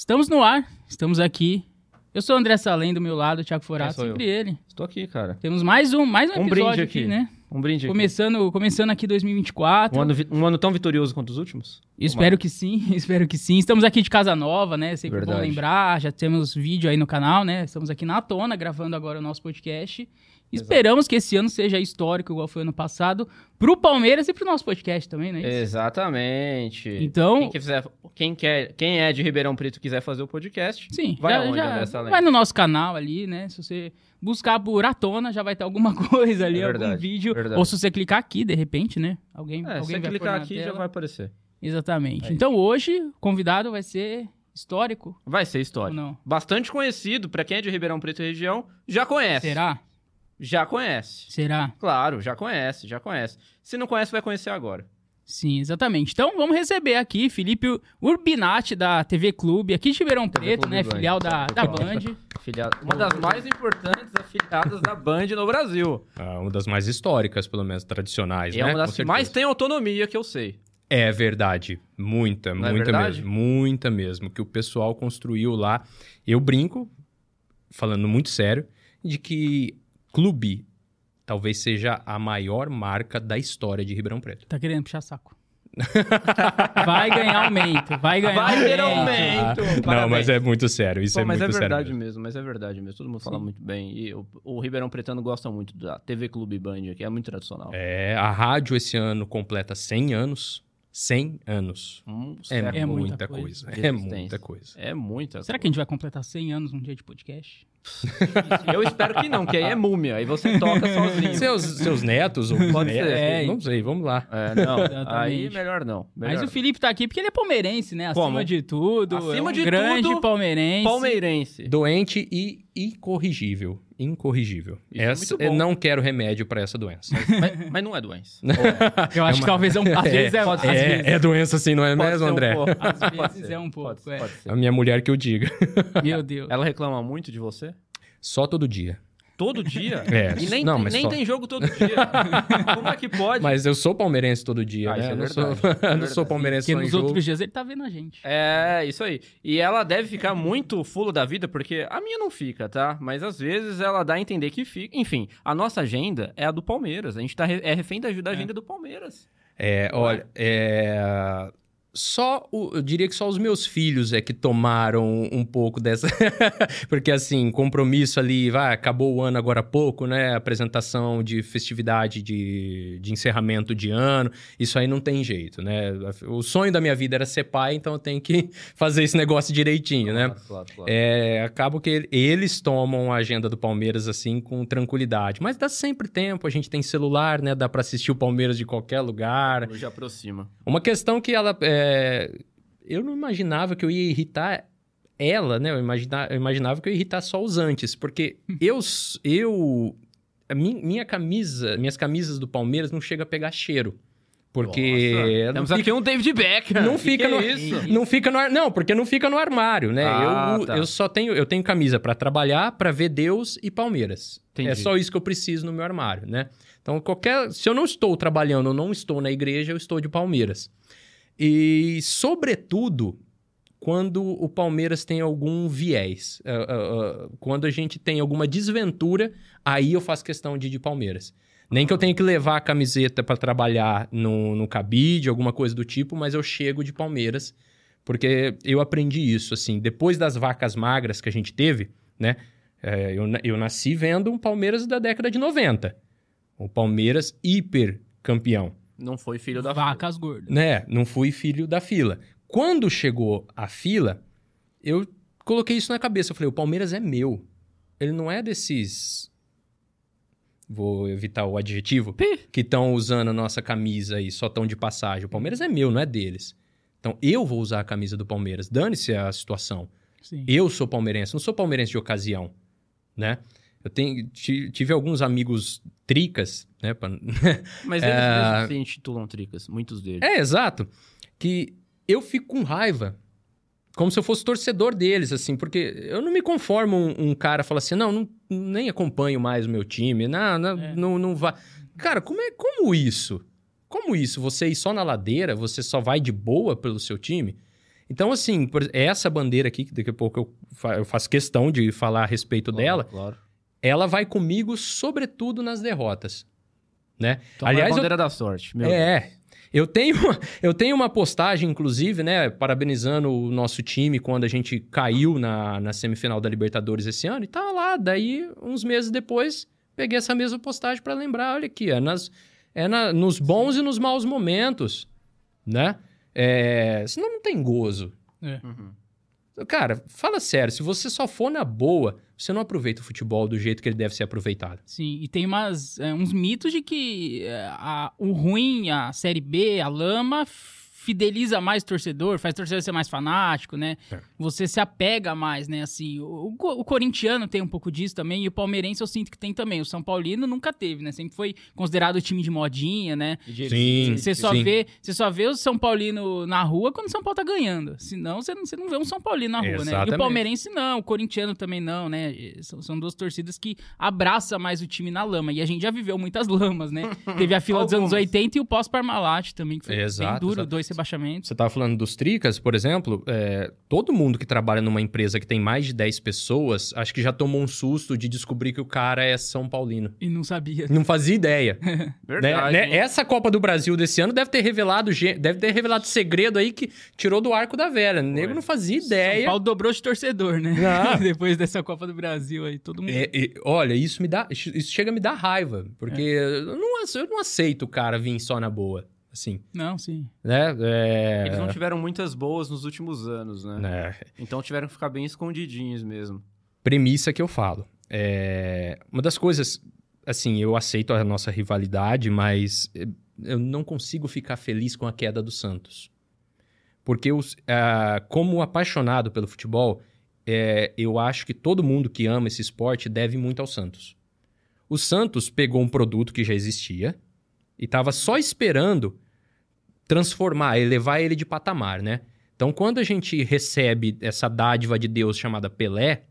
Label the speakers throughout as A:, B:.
A: Estamos no ar, estamos aqui. Eu sou o André Salem, do meu lado, o Thiago Forato, sempre ele.
B: Estou aqui, cara.
A: Temos mais um episódio
B: brinde
A: aqui, né?
B: Um brinde aqui.
A: Começando aqui 2024.
B: Um ano tão vitorioso quanto os últimos?
A: Espero que sim, espero que sim. Estamos aqui de casa nova, né? Sempre bom lembrar, já temos vídeo aí no canal, né? Estamos aqui na tona, gravando agora o nosso podcast. Esperamos que esse ano seja histórico, igual foi ano passado, pro Palmeiras e pro nosso podcast também, né?
B: Exatamente.
A: Então...
B: Quem é de Ribeirão Preto e quiser fazer o podcast,
A: sim,
B: vai
A: vai no nosso canal ali, né? Se você buscar por A Tona, já vai ter alguma coisa ali, algum vídeo. Ou se você clicar aqui, de repente, né? Alguém
B: se você
A: vai
B: clicar aqui, já vai aparecer.
A: Exatamente. Então hoje, o convidado vai ser... histórico?
B: Vai ser histórico.
A: Não?
B: Bastante conhecido, pra quem é de Ribeirão Preto e região, já conhece.
A: Será?
B: Já conhece.
A: Será?
B: Claro, já conhece. Se não conhece, vai conhecer agora.
A: Sim, exatamente. Então vamos receber aqui Felipe Urbinati, da TV Clube, aqui de Ribeirão Preto, né? Filial da Band.
B: Uma das mais importantes afiliadas da Band no Brasil.
C: Uma das mais históricas, pelo menos, tradicionais, né?
B: É uma das que mais tem autonomia, que eu sei.
C: É verdade. Muita
B: verdade?
C: mesmo. Muita mesmo. Que o pessoal construiu lá. Eu brinco, falando muito sério, de que Clube talvez seja a maior marca da história de Ribeirão Preto.
A: Tá querendo puxar saco. Vai ganhar aumento.
B: Vai ter aumento.
C: Não, mas é muito sério. Isso é muito sério.
B: Mas é verdade mesmo. Todo mundo fala muito bem. E o Ribeirão Pretano gosta muito da TV Clube Band, que é muito tradicional.
C: A rádio esse ano completa 100 anos. 100 anos.
A: É muita coisa.
C: É muita coisa.
B: É muita.
A: Será que a gente vai completar 100 anos num dia de podcast?
B: Eu espero que não, que aí é múmia. Aí você toca sozinho.
C: Seus netos?
B: Pode ser.
C: Não sei, vamos lá.
B: Aí melhor não.
A: Mas o Felipe tá aqui porque ele é palmeirense, né? Acima de tudo.
B: Acima de
A: grande
B: tudo,
A: palmeirense.
C: Doente e incorrigível. Incorrigível. Não quero remédio pra essa doença.
B: Mas não é doença.
A: Eu acho que talvez às vezes
C: é doença assim, não é mesmo, André?
A: Às vezes é um pouco.
B: Pode ser.
C: A minha mulher que eu diga.
A: Meu Deus.
B: Ela reclama muito de você?
C: Só todo dia.
B: Todo dia?
C: É.
B: E nem tem jogo todo dia. Como é que pode?
C: Mas eu sou palmeirense todo dia, né?
B: Isso é
C: não sou palmeirense só em
A: nos
C: jogo.
A: outros dias ele tá vendo a gente.
B: É, isso aí. E ela deve ficar muito fulo da vida, porque a minha não fica, tá? Mas às vezes ela dá a entender que fica. Enfim, a nossa agenda é a do Palmeiras. A gente é refém da agenda do Palmeiras.
C: Olha, eu diria que só os meus filhos é que tomaram um pouco dessa... Porque, assim, compromisso ali, acabou o ano agora há pouco, né? Apresentação de festividade de encerramento de ano. Isso aí não tem jeito, né? O sonho da minha vida era ser pai, então eu tenho que fazer esse negócio direitinho, né?
B: Claro.
C: Acaba que eles tomam a agenda do Palmeiras, assim, com tranquilidade. Mas dá sempre tempo, a gente tem celular, né? Dá pra assistir o Palmeiras de qualquer lugar.
B: Hoje aproxima.
C: Uma questão que ela... eu não imaginava que eu ia irritar ela, né? Eu imaginava que eu ia irritar só os antes, porque minhas camisas do Palmeiras não chegam a pegar cheiro. Porque...
B: Temos aqui um David Beckham.
C: Não fica porque não fica no armário, né? Eu tenho camisa pra trabalhar, pra ver Deus e Palmeiras. Entendi. É só isso que eu preciso no meu armário, né? Então, se eu não estou trabalhando ou não estou na igreja, eu estou de Palmeiras. E, sobretudo, quando o Palmeiras tem algum viés. Quando a gente tem alguma desventura, aí eu faço questão de ir de Palmeiras. Nem que eu tenha que levar a camiseta para trabalhar no cabide, alguma coisa do tipo, mas eu chego de Palmeiras, porque eu aprendi isso, assim. Depois das vacas magras que a gente teve, né? Eu nasci vendo um Palmeiras da década de 90. O Palmeiras hiper campeão.
B: Não foi filho da
A: vacas gordas.
C: Né? Não fui filho da fila. Quando chegou a fila, eu coloquei isso na cabeça. Eu falei, o Palmeiras é meu. Ele não é desses... Vou evitar o adjetivo. Que estão usando a nossa camisa aí, só estão de passagem. O Palmeiras é meu, não é deles. Então, eu vou usar a camisa do Palmeiras. Dane-se a situação.
A: Sim.
C: Eu sou palmeirense. Não sou palmeirense de ocasião, né? Eu tive alguns amigos tricas, né?
B: Mas eles se intitulam tricas, muitos deles.
C: Exato. Que eu fico com raiva, como se eu fosse torcedor deles, assim, porque eu não me conformo um cara falar assim, nem acompanho mais o meu time, não vai. Cara, como isso? Como isso? Você ir só na ladeira, você só vai de boa pelo seu time? Então, assim, essa bandeira aqui, que daqui a pouco eu faço questão de falar a respeito dela,
B: claro.
C: Ela vai comigo, sobretudo, nas derrotas, né?
B: Então, aliás, é a bandeira da sorte. Meu Deus.
C: Eu tenho uma postagem, inclusive, né, parabenizando o nosso time quando a gente caiu na semifinal da Libertadores esse ano, e tá lá. Daí, uns meses depois, peguei essa mesma postagem para lembrar, olha aqui, nos bons e nos maus momentos, né? Senão não tem gozo. Cara, fala sério, se você só for na boa, você não aproveita o futebol do jeito que ele deve ser aproveitado.
A: Sim, e tem uns mitos de que o ruim, a Série B, a lama, fideliza mais o torcedor, faz o torcedor ser mais fanático, né? Você se apega mais, né? Assim, o corintiano tem um pouco disso também, e o palmeirense eu sinto que tem também. O São Paulino nunca teve, né? Sempre foi considerado o time de modinha, né?
C: Sim,
A: Você só vê o São Paulino na rua quando o São Paulo tá ganhando. Senão, você não vê um São Paulino na rua,
C: Exatamente.
A: né? E o palmeirense não, o corintiano também não, né? São duas torcidas que abraçam mais o time na lama. E a gente já viveu muitas lamas, né? Teve a fila dos anos 80 e o pós-Parmalat também, que foi bem duro, 2 rebaixamentos.
C: Você tava falando dos Tricas, por exemplo, todo mundo que trabalha numa empresa que tem mais de 10 pessoas, acho que já tomou um susto de descobrir que o cara é São Paulino.
A: E não sabia.
C: Não fazia ideia.
B: Verdade.
C: Né? Essa Copa do Brasil desse ano deve ter revelado segredo aí que tirou do arco da velha. O nego não fazia ideia.
A: São Paulo dobrou de torcedor, né? Depois dessa Copa do Brasil aí, todo mundo...
C: Olha, isso chega a me dar raiva, porque eu não aceito o cara vir só na boa. Assim.
A: Não, sim.
C: Né?
B: Eles não tiveram muitas boas nos últimos anos, né? Então tiveram que ficar bem escondidinhos mesmo.
C: Premissa que eu falo. Uma das coisas, assim, eu aceito a nossa rivalidade, mas eu não consigo ficar feliz com a queda do Santos. Porque, como apaixonado pelo futebol, eu acho que todo mundo que ama esse esporte deve muito ao Santos. O Santos pegou um produto que já existia e estava só esperando elevar ele de patamar, né? Então, quando a gente recebe essa dádiva de Deus chamada Pelé,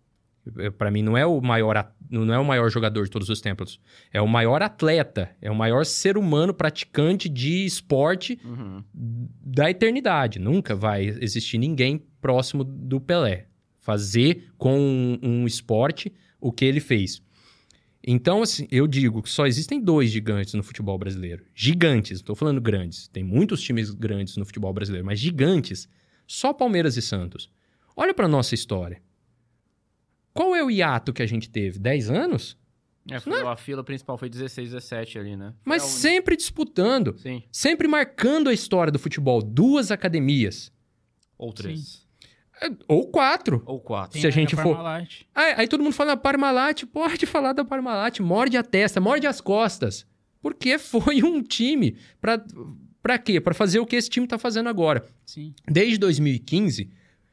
C: para mim não é o maior jogador de todos os tempos, é o maior atleta, é o maior ser humano praticante de esporte da eternidade. Nunca vai existir ninguém próximo do Pelé fazer com um esporte o que ele fez. Então, assim, eu digo que só existem 2 gigantes no futebol brasileiro. Gigantes, não estou falando grandes. Tem muitos times grandes no futebol brasileiro, mas gigantes, só Palmeiras e Santos. Olha para nossa história. Qual é o hiato que a gente teve? 10 anos?
B: A fila principal foi 16, 17 ali, né?
C: Mas sempre disputando.
B: Sim.
C: Sempre marcando a história do futebol. 2 academias.
B: Ou 3.
C: Ou 4.
B: Tem
C: se a gente for.
A: Parmalat.
C: Aí todo mundo fala Parmalat, pode falar da Parmalat, morde a testa, morde as costas. Porque foi um time pra quê? Pra fazer o que esse time tá fazendo agora.
A: Sim.
C: Desde 2015,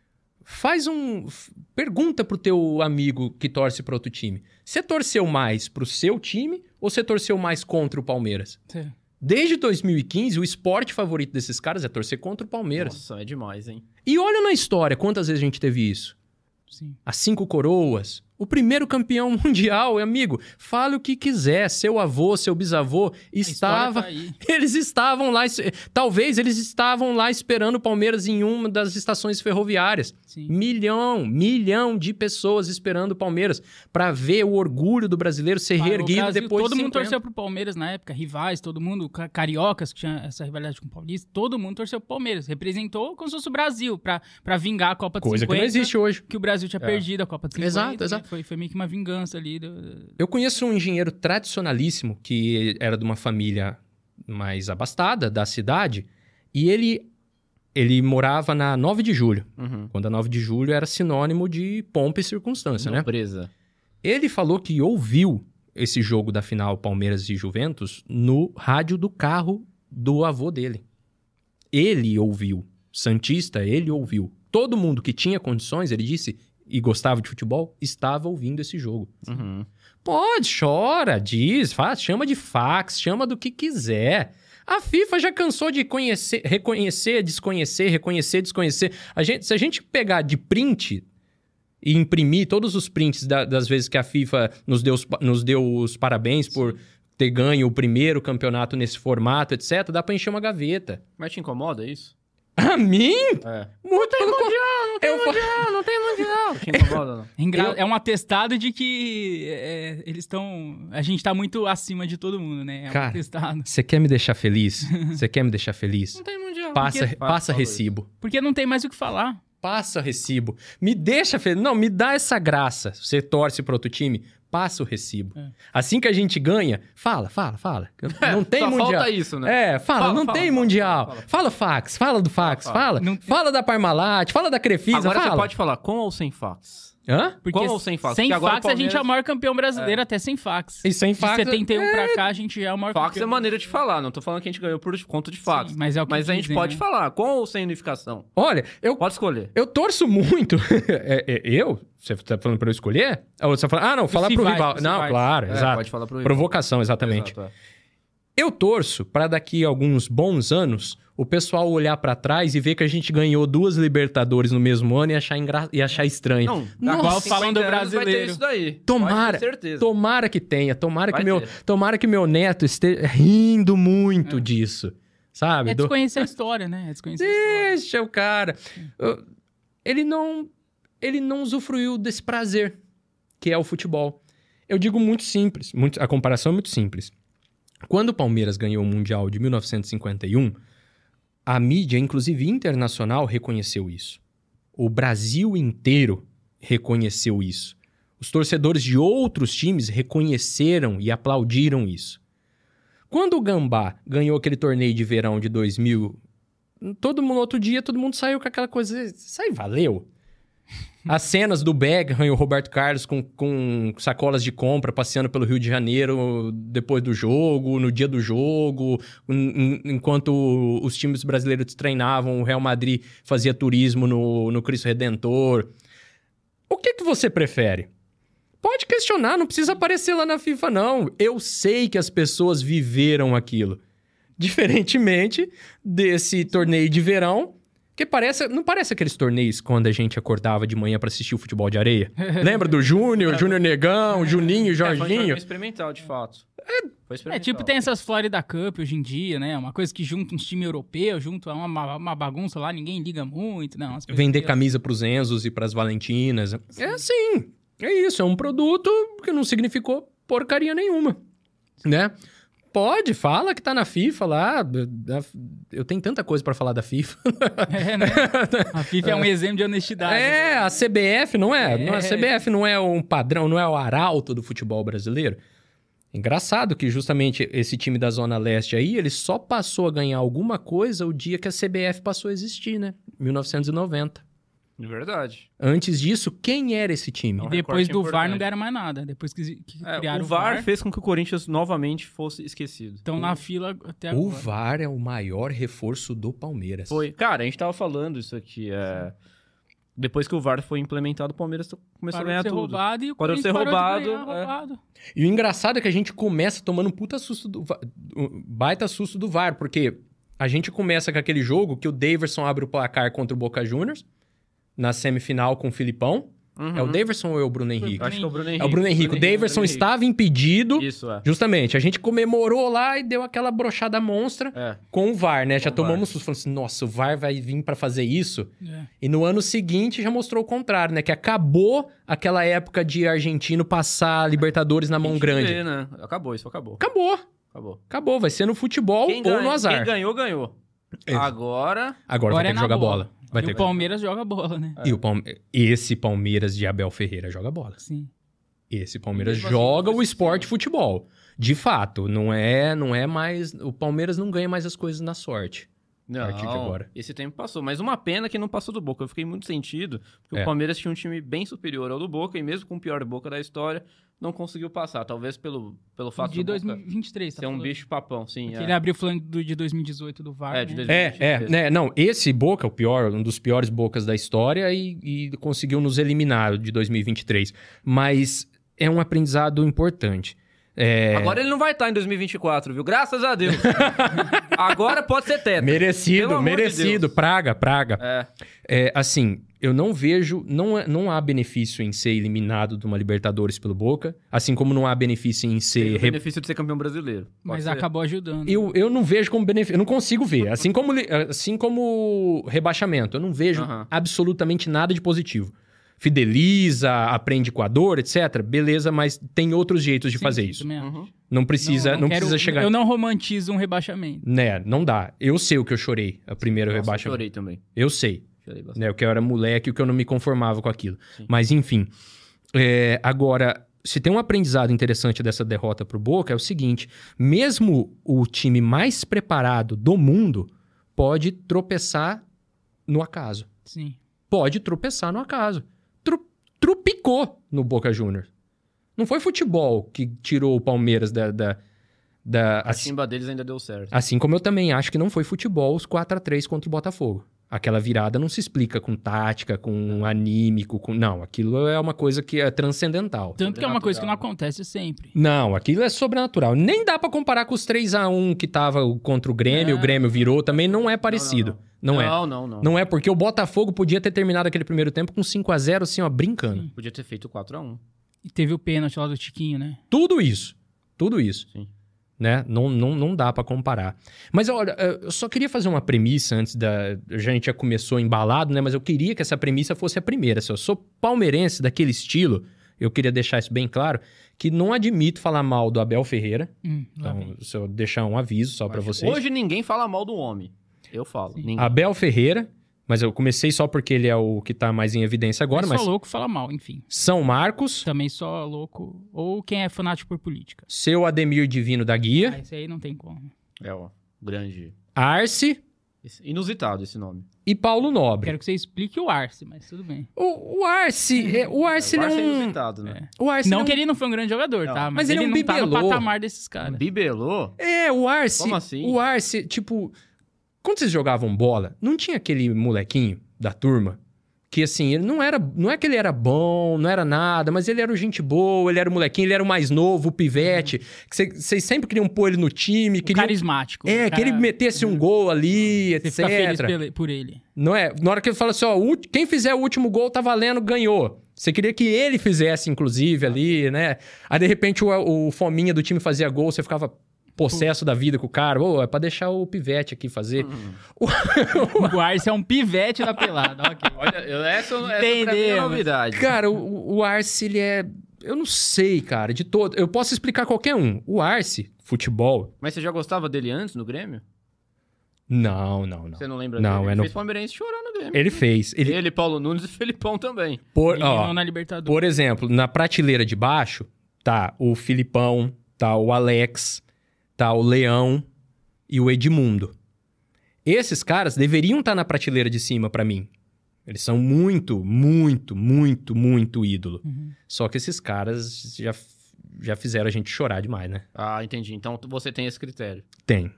C: pergunta pro teu amigo que torce pra outro time. Você torceu mais pro seu time ou você torceu mais contra o Palmeiras?
A: Sim.
C: Desde 2015, o esporte favorito desses caras é torcer contra o Palmeiras.
B: Nossa, é demais, hein?
C: E olha na história, quantas vezes a gente teve isso?
A: Sim.
C: As 5 coroas, o primeiro campeão mundial, amigo. Fale o que quiser, seu avô, seu bisavô estava...
A: Tá aí.
C: Eles estavam lá... Talvez eles estavam lá esperando o Palmeiras em uma das estações ferroviárias.
A: Sim.
C: Milhão de pessoas esperando o Palmeiras para ver o orgulho do brasileiro ser reerguido depois de 50.
A: Todo mundo torceu pro Palmeiras na época, rivais, todo mundo, cariocas que tinha essa rivalidade com o Paulista, todo mundo torceu pro Palmeiras. Representou como se fosse o Brasil pra vingar a Copa de 50.
C: Coisa que não existe hoje.
A: Que o Brasil tinha perdido a Copa de 50.
C: Exato.
A: Né? Foi meio que uma vingança ali.
C: Eu conheço um engenheiro tradicionalíssimo que era de uma família mais abastada da cidade e ele morava na 9 de Julho, quando a 9 de Julho era sinônimo de pompa e circunstância, né?
B: Nobreza.
C: Ele falou que ouviu esse jogo da final Palmeiras e Juventus no rádio do carro do avô dele. Ele ouviu. Santista, ele ouviu. Todo mundo que tinha condições, ele disse, e gostava de futebol, estava ouvindo esse jogo. Pode, chora, diz, chama de fax, chama do que quiser. A FIFA já cansou de reconhecer, desconhecer. Se a gente pegar de print e imprimir todos os prints das vezes que a FIFA nos deu os parabéns por ter ganho o primeiro campeonato nesse formato, etc., dá pra encher uma gaveta.
B: Mas te incomoda isso?
C: A mim?
B: É.
C: Não tem
B: mundial, não tem mundial. Te incomoda, não?
A: É um atestado de que eles estão... A gente tá muito acima de todo mundo, né? É um atestado.
C: Você quer me deixar feliz? Você quer me deixar feliz?
B: Não tem mundial.
C: Passa recibo.
A: Porque não tem mais o que falar.
C: Passa recibo. Me deixa feliz. Não, me dá essa graça. Você torce para outro time, passa o recibo. Assim que a gente ganha, fala. Não tem
B: só
C: mundial.
B: Falta isso, né?
C: Fala, tem mundial. Fala fax, fala do fax, fala. Fala da Parmalat, fala da Crefisa,
B: Agora
C: fala.
B: você pode falar com ou sem fax.
C: Hã?
A: Porque
B: com ou sem fax?
A: Sem
B: Porque
A: fax a gente é o maior campeão brasileiro até sem fax.
C: E sem fax...
A: De 71 pra cá a gente já é o maior
B: fax
A: campeão.
B: é maneira de falar, não tô falando que a gente ganhou por conta de fax.
A: Sim, mas é o que
B: a gente
A: dizem,
B: pode
A: né?
B: falar, com ou sem unificação.
C: Olha,
B: Pode escolher.
C: Eu torço muito. Eu? Você tá falando pra eu escolher? Ou você tá falando... Ah, não, falar pro rival. Não, claro, exato.
B: Pode falar pro rival.
C: Provocação, exatamente.
B: Exato,
C: Eu torço pra daqui a alguns bons anos o pessoal olhar pra trás e ver que a gente ganhou 2 Libertadores no mesmo ano e achar estranho.
B: Não,
A: igual falam do brasileiro.
B: Vai ter isso daí.
C: Tomara,
B: Pode ter certeza.
C: tomara que tenha. Tomara que meu neto esteja rindo muito disso. Sabe?
A: É desconhecer a história, né? É desconhecer a história.
C: Deixa o cara. Ele não usufruiu desse prazer que é o futebol. Eu digo muito simples. A comparação é muito simples. Quando o Palmeiras ganhou o Mundial de 1951, a mídia, inclusive internacional, reconheceu isso. O Brasil inteiro reconheceu isso. Os torcedores de outros times reconheceram e aplaudiram isso. Quando o Gambá ganhou aquele torneio de verão de 2000, outro dia todo mundo saiu com aquela coisa... Isso aí valeu? As cenas do Beckham e o Roberto Carlos com sacolas de compra passeando pelo Rio de Janeiro depois do jogo, no dia do jogo, enquanto os times brasileiros treinavam, o Real Madrid fazia turismo no Cristo Redentor. O que você prefere? Pode questionar, não precisa aparecer lá na FIFA, não. Eu sei que as pessoas viveram aquilo. Diferentemente desse torneio de verão... Porque não parece aqueles torneios quando a gente acordava de manhã pra assistir o futebol de areia? Lembra do Júnior Negão, Juninho, Jorginho?
B: Foi experimental, de fato. Foi experimental.
A: Tipo, tem essas Florida Cup hoje em dia, né? Uma coisa que junta uns times europeus, junto a uma bagunça lá, ninguém liga muito. Não,
C: vender camisa pros Enzos e pras Valentinas. Sim. É assim, é isso. É um produto que não significou porcaria nenhuma, né? Pode, fala que tá na FIFA lá. Eu tenho tanta coisa pra falar da FIFA.
A: É, né? A FIFA é um exemplo de honestidade.
C: É, a CBF não é. A CBF não é um padrão, não é o arauto do futebol brasileiro. Engraçado que justamente esse time da Zona Leste aí, ele só passou a ganhar alguma coisa o dia que a CBF passou a existir, né? 1990.
B: De verdade.
C: Antes disso, quem era esse time?
A: E depois do VAR não ganharam mais nada. Depois que criaram
B: o VAR fez com que o Corinthians novamente fosse esquecido.
A: Estão na fila até agora.
C: O VAR é o maior reforço do Palmeiras.
B: Foi. Cara, a gente tava falando isso aqui. Depois que o VAR foi implementado, o Palmeiras começou a ganhar tudo.
A: Roubado, e o
B: Parou de ser roubado.
C: E o engraçado é que a gente começa tomando um puta susto baita susto do VAR, porque a gente começa com aquele jogo que o Daverson abre o placar contra o Boca Juniors, na semifinal com o Filipão. É o Daverson ou é o Bruno Henrique?
B: Acho que é o Bruno Henrique.
C: É o Bruno Henrique. O Daverson estava impedido.
B: Isso,
C: Justamente. A gente comemorou lá e deu aquela brochada monstra com o VAR, né? Já tomamos susto. Falando assim, nossa, o VAR vai vir pra fazer isso? E no ano seguinte já mostrou o contrário, né? Que acabou aquela época de argentino passar Libertadores na mão grande.
B: Né? Acabou, isso acabou.
C: Acabou. Vai ser no futebol ou no azar.
B: Quem ganhou, ganhou. Agora
C: vai ter que jogar bola.
A: O Palmeiras joga bola, né?
C: E esse Palmeiras de Abel Ferreira joga bola.
A: Sim.
C: Esse Palmeiras joga o esporte futebol. De fato, não é mais... O Palmeiras não ganha mais as coisas na sorte.
B: Não,
C: a partir de agora.
B: Esse tempo passou. Mas uma pena que não passou do Boca. Eu fiquei muito sentido, porque o Palmeiras tinha um time bem superior ao do Boca, e mesmo com o pior Boca da história, não conseguiu passar. Talvez pelo fato
A: de 2023,
B: ser um bicho papão, sim.
A: Ele abriu falando de 2018 do VAR,
B: de 2018.
C: Não, esse Boca, um dos piores Bocas da história, e conseguiu nos eliminar de 2023. Mas é um aprendizado importante.
B: Agora ele não vai estar em 2024, viu? Graças a Deus. Agora pode ser tetra.
C: Merecido.
B: De
C: Praga. Assim, eu não vejo... Não há benefício em ser eliminado de uma Libertadores pelo Boca, assim como não há benefício em ser...
B: Tem o benefício de ser campeão brasileiro.
A: Mas acabou ajudando.
C: Eu não vejo como benefício. Eu não consigo ver. Assim como rebaixamento. Eu não vejo absolutamente nada de positivo. Fideliza, aprende com a dor, etc. Beleza, mas tem outros jeitos de fazer isso. Não precisa, não precisa chegar...
A: Eu não romantizo um rebaixamento.
C: Né, não dá. Eu sei o que eu chorei, a primeira rebaixamento.
B: Eu chorei também.
C: Eu sei.
B: Chorei bastante.
C: Né, o que eu era moleque, o que eu não me conformava com aquilo.
B: Sim.
C: Mas, enfim. Agora, se tem um aprendizado interessante dessa derrota pro Boca, é o seguinte. Mesmo o time mais preparado do mundo pode tropeçar no acaso.
A: Sim.
C: Pode tropeçar no acaso. Trupicou no Boca Juniors. Não foi futebol que tirou o Palmeiras
B: A chimba deles ainda deu certo.
C: Assim como eu também acho que não foi futebol os 4-3 contra o Botafogo. Aquela virada não se explica com tática, com anímico, não. Aquilo é uma coisa que é transcendental.
A: Tanto que é uma coisa que não acontece sempre.
C: Não, aquilo é sobrenatural. Nem dá pra comparar com os 3-1 que tava contra o Grêmio virou, também não é parecido. Não é. Não é, porque o Botafogo podia ter terminado aquele primeiro tempo com 5-0, assim, ó, brincando.
B: Sim. Podia ter feito 4-1.
A: E teve o pênalti lá do Tiquinho, né?
C: Tudo isso.
B: Sim.
C: Né? Não dá pra comparar. Mas, olha, eu só queria fazer uma premissa antes da... A gente já começou embalado, né? Mas eu queria que essa premissa fosse a primeira. Se eu sou palmeirense daquele estilo, eu queria deixar isso bem claro, que não admito falar mal do Abel Ferreira. Então, se eu deixar um aviso só pra vocês.
B: Hoje ninguém fala mal do homem. Eu falo.
C: Abel Ferreira, mas eu comecei só porque ele é o que tá mais em evidência agora. Mas
A: só louco fala mal, enfim.
C: São Marcos.
A: Também só louco. Ou quem é fanático por política.
C: Seu Ademir Divino da Guia.
A: Esse aí não tem como.
B: Grande.
C: Arce.
B: Inusitado esse nome.
C: E Paulo Nobre.
A: Quero que você explique o Arce, mas tudo bem.
C: O Arce... O Arce
B: é inusitado, né?
C: O Arce
A: não que ele não foi um grande jogador, tá?
C: Mas ele não
A: tá no patamar desses caras.
B: Bibelô?
C: O Arce...
B: Como assim?
C: O Arce, tipo... Quando vocês jogavam bola, não tinha aquele molequinho da turma que, assim, ele não é que ele era bom, não era nada, mas ele era o gente boa, ele era o molequinho, ele era o mais novo, o pivete, que vocês sempre queriam pôr ele no time.
A: Carismático.
C: Que ele metesse um gol ali, etc.
A: Você fica feliz por ele.
C: Não é? Na hora que ele fala assim, ó, quem fizer o último gol tá valendo, ganhou. Você queria que ele fizesse, inclusive, ali, né? Aí, de repente, o fominha do time fazia gol, você ficava... possesso da vida com o cara. É pra deixar o pivete aqui fazer.
A: O Arce é um pivete da pelada. Okay.
B: Olha, essa pra mim é novidade.
C: Cara, o Arce, ele é... Eu não sei, cara, de todo... Eu posso explicar qualquer um. O Arce, futebol...
B: Mas você já gostava dele antes, no Grêmio?
C: Não.
B: Você não lembra
C: dele?
B: Ele fez o Palmeirense chorar no Grêmio.
C: Ele fez.
B: Ele, Paulo Nunes e Felipão também.
A: Na Libertadores.
C: Por exemplo, na prateleira de baixo, tá o Filipão, tá o Alex... tá o Leão e o Edmundo. Esses caras deveriam estar na prateleira de cima pra mim. Eles são muito, muito, muito, muito ídolo. Só que esses caras já fizeram a gente chorar demais, né?
B: Ah, entendi. Então você tem esse critério.
C: Tem.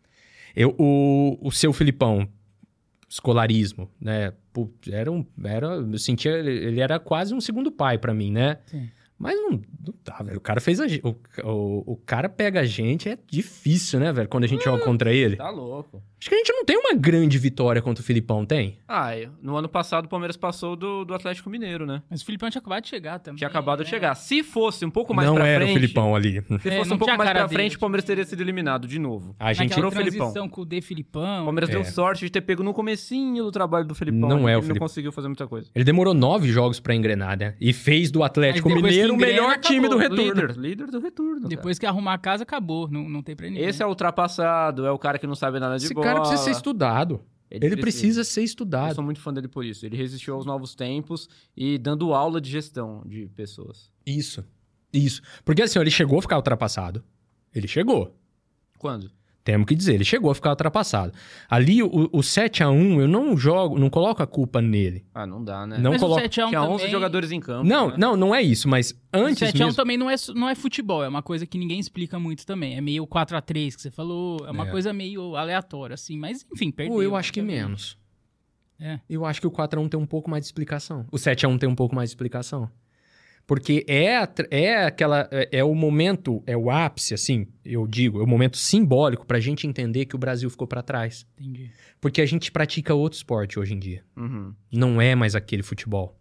C: O seu Filipão, escolarismo, né? Eu sentia... Ele era quase um segundo pai pra mim, né?
A: Sim.
C: Mas não dá, velho. O cara fez a gente... O cara pega a gente, é difícil, né, velho? Quando a gente joga contra ele.
B: Tá louco.
C: Acho que a gente não tem uma grande vitória contra o Filipão, tem?
B: No ano passado o Palmeiras passou do Atlético Mineiro, né?
A: Mas o Filipão tinha acabado de chegar também.
B: Tinha acabado de chegar. Se fosse um pouco mais pra frente...
C: Não era o Filipão ali.
B: Se fosse um pouco mais pra frente, o Palmeiras teria sido eliminado de novo.
C: A gente
A: tirou o Filipão. Com o De Filipão.
B: O Palmeiras deu sorte de ter pego no comecinho do trabalho do Filipão.
C: Ele
B: não conseguiu fazer muita coisa.
C: Ele demorou 9 jogos pra engrenar, né? E fez do Atlético Mineiro o melhor time do retorno.
B: Líder do retorno.
A: Depois que arrumar a casa, acabou. Não tem pra ninguém.
B: Esse é ultrapassado, é o cara que não sabe nada de bola.
C: Esse cara precisa ser estudado. Ele precisa ser estudado.
B: Eu sou muito fã dele por isso. Ele resistiu aos novos tempos e dando aula de gestão de pessoas.
C: Isso. Porque assim, ele chegou a ficar ultrapassado. Ele chegou.
B: Quando?
C: Temos que dizer, ele chegou a ficar ultrapassado. Ali, o 7-1, eu não coloco a culpa nele.
B: Não dá, né?
A: Mas
C: coloco...
A: o 7-1
B: tinha 11
A: também...
B: jogadores em campo.
C: Não é isso, mas antes
A: o 7-1
C: mesmo...
A: também não é futebol, é uma coisa que ninguém explica muito também. É meio 4-3 que você falou, é uma coisa meio aleatória, assim. Mas, enfim, perdeu.
C: Eu acho que menos.
A: É.
C: Eu acho que o 4-1 tem um pouco mais de explicação. O 7-1 tem um pouco mais de explicação. Porque é o momento, é o ápice, assim, eu digo, é o momento simbólico pra gente entender que o Brasil ficou pra trás.
A: Entendi.
C: Porque a gente pratica outro esporte hoje em dia. Não é mais aquele futebol.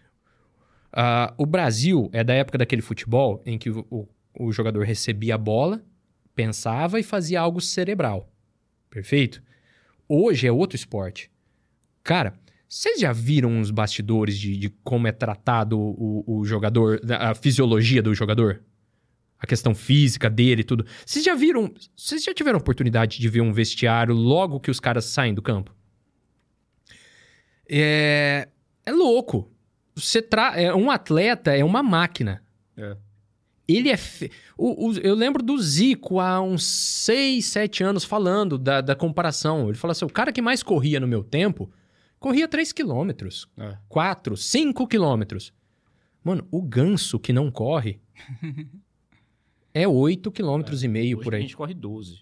C: O Brasil é da época daquele futebol em que o jogador recebia a bola, pensava e fazia algo cerebral. Perfeito? Hoje é outro esporte. Cara, vocês já viram os bastidores de como é tratado o jogador, a fisiologia do jogador? A questão física dele e tudo. Vocês já tiveram oportunidade de ver um vestiário logo que os caras saem do campo? É louco. Um atleta é uma máquina. Ele é... Eu lembro do Zico há uns 6, 7 anos falando da comparação. Ele fala assim, o cara que mais corria no meu tempo... Corria 3 quilômetros, 4, 5 quilômetros. Mano, o ganso que não corre é 8 quilômetros e meio por aí.
B: A gente corre 12.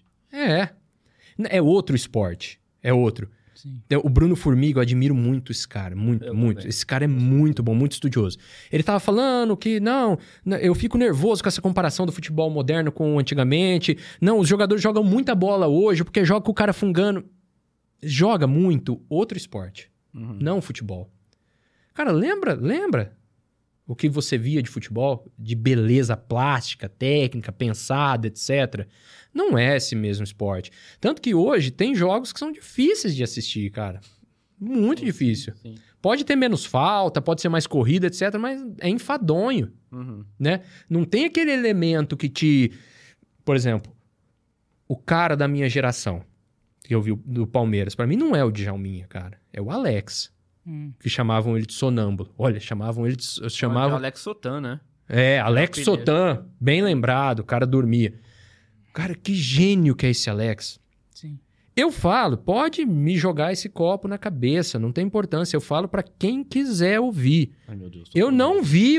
C: É outro esporte. É outro.
A: Sim.
C: O Bruno Formiga, eu admiro muito esse cara. Muito. Também. Esse cara é muito bom, muito estudioso. Ele tava falando que, não, eu fico nervoso com essa comparação do futebol moderno com antigamente. Não, os jogadores jogam muita bola hoje porque joga com o cara fungando. Joga muito outro esporte. Não futebol. Cara, lembra o que você via de futebol? De beleza plástica, técnica, pensada, etc. Não é esse mesmo esporte. Tanto que hoje tem jogos que são difíceis de assistir, cara. Muito difícil.
B: Sim.
C: Pode ter menos falta, pode ser mais corrida, etc. Mas é enfadonho, né? Não tem aquele elemento que te... Por exemplo, o cara da minha geração... que eu vi do Palmeiras, pra mim não é o Djalminha, cara. É o Alex. Que chamavam ele de sonâmbulo. Olha, chamavam ele de...
B: Chamavam... Alex Sotan, né?
C: Alex Sotan. Bem lembrado, o cara dormia. Cara, que gênio que é esse Alex.
A: Sim.
C: Eu falo, pode me jogar esse copo na cabeça, não tem importância. Eu falo pra quem quiser ouvir.
B: Ai, meu Deus.
C: Eu não vi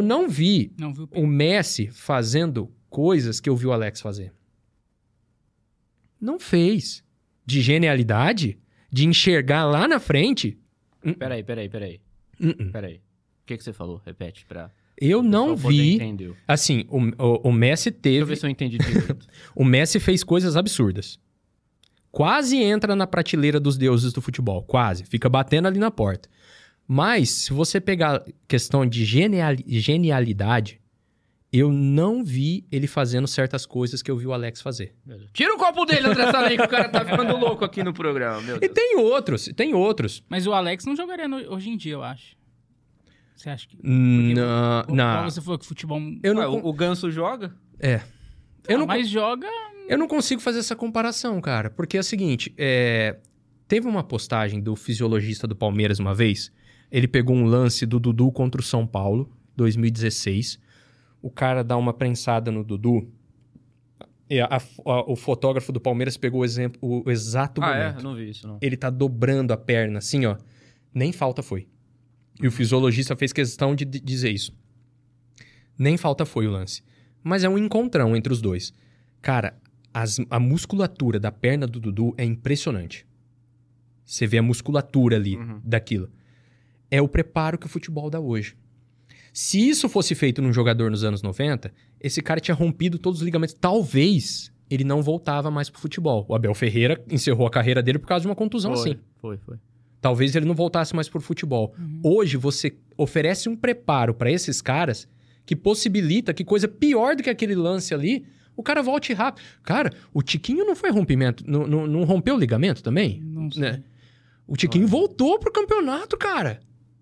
C: o Messi fazendo coisas que eu vi o Alex fazer. Não fez. De genialidade, de enxergar lá na frente.
B: Peraí. Peraí. O que você falou? Repete pra...
C: Eu não vi... Assim, o Messi teve...
B: Deixa eu ver se eu entendi direito.
C: O Messi fez coisas absurdas. Quase entra na prateleira dos deuses do futebol. Quase. Fica batendo ali na porta. Mas, se você pegar questão de genialidade... Eu não vi ele fazendo certas coisas que eu vi o Alex fazer.
B: Tira o copo dele, André Salem, que o cara tá ficando louco aqui no programa, meu Deus.
C: E tem outros.
A: Mas o Alex não jogaria hoje em dia, eu acho. Você acha que...
C: Não.
A: Você falou que futebol...
B: O Ganso joga?
A: Mas joga...
C: Eu não consigo fazer essa comparação, cara. Porque é o seguinte, teve uma postagem do fisiologista do Palmeiras uma vez. Ele pegou um lance do Dudu contra o São Paulo, 2016... O cara dá uma prensada no Dudu. E o fotógrafo do Palmeiras pegou o exato momento.
B: Eu não vi isso, não.
C: Ele tá dobrando a perna, assim, ó. Nem falta foi. E o fisiologista fez questão de dizer isso. Nem falta foi o lance. Mas é um encontrão entre os dois. Cara, a musculatura da perna do Dudu é impressionante. Você vê a musculatura ali daquilo. É o preparo que o futebol dá hoje. Se isso fosse feito num jogador nos anos 90, esse cara tinha rompido todos os ligamentos. Talvez ele não voltava mais pro futebol. O Abel Ferreira encerrou a carreira dele por causa de uma contusão assim.
B: Foi.
C: Talvez ele não voltasse mais pro futebol. Hoje você oferece um preparo para esses caras que possibilita que coisa pior do que aquele lance ali, o cara volte rápido. Cara, o Tiquinho não foi rompimento, não rompeu o ligamento também?
A: Não sei.
C: Né? O Tiquinho voltou pro campeonato, cara.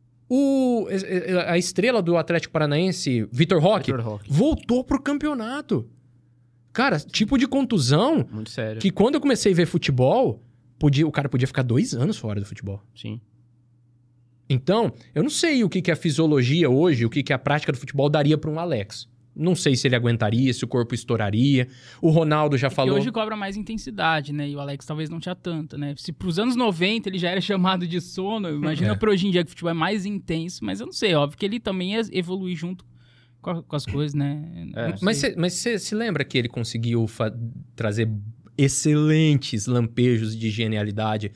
C: A estrela do Atlético Paranaense, Vitor Roque, voltou pro campeonato. Cara, tipo de contusão...
B: Muito sério.
C: Que quando eu comecei a ver futebol, o cara podia ficar 2 anos fora do futebol.
B: Sim.
C: Então, eu não sei o que a fisiologia hoje, o que a prática do futebol daria para um Alex. Não sei se ele aguentaria, se o corpo estouraria. O Ronaldo já falou...
A: hoje cobra mais intensidade, né? E o Alex talvez não tinha tanta, né? Se pros anos 90 ele já era chamado de sono, imagina pra hoje em dia que o futebol é mais intenso. Mas eu não sei, óbvio que ele também ia evoluir junto com as coisas, né?
C: Mas você se lembra que ele conseguiu trazer excelentes lampejos de genialidade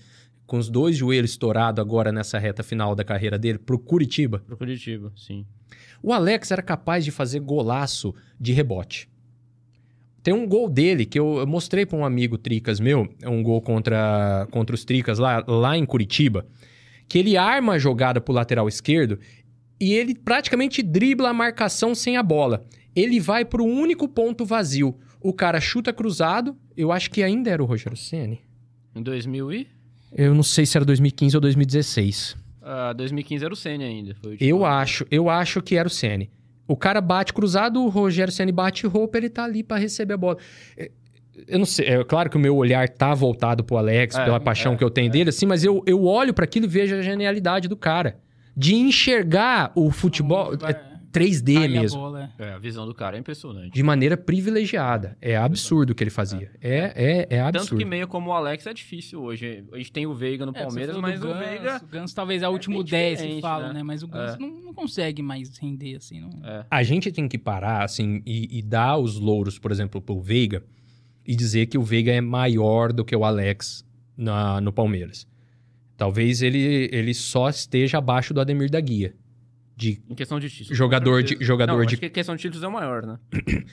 C: com os 2 joelhos estourados agora nessa reta final da carreira dele, pro Curitiba?
B: Pro Curitiba, sim.
C: O Alex era capaz de fazer golaço de rebote. Tem um gol dele que eu mostrei para um amigo Tricas meu, um gol contra os Tricas lá em Curitiba, que ele arma a jogada pro lateral esquerdo e ele praticamente dribla a marcação sem a bola. Ele vai pro único ponto vazio. O cara chuta cruzado, eu acho que ainda era o Rogério Ceni.
B: Em 2000 e?
C: Eu não sei se era 2015 ou 2016.
B: 2015 era o Ceni ainda. Foi
C: eu acho que era o Ceni. O cara bate cruzado, o Rogério Ceni bate roupa, ele tá ali pra receber a bola. Eu não sei, é claro que o meu olhar tá voltado pro Alex, pela paixão que eu tenho dele, assim, mas eu olho para aquilo e vejo a genialidade do cara. De enxergar o futebol 3D mesmo.
B: A visão do cara é impressionante.
C: De maneira privilegiada. É absurdo o que ele fazia. É absurdo.
B: Tanto que meio como o Alex é difícil hoje. A gente tem o Veiga no Palmeiras, mas o Veiga...
A: O Ganso talvez é o último 10 que falam, né? Mas o Ganso não consegue mais render, assim. Não...
C: A gente tem que parar, assim, e dar os louros, por exemplo, pro Veiga e dizer que o Veiga é maior do que o Alex no Palmeiras. Talvez ele só esteja abaixo do Ademir da Guia.
B: Em questão de títulos.
C: Acho
B: que a questão de títulos é o maior, né?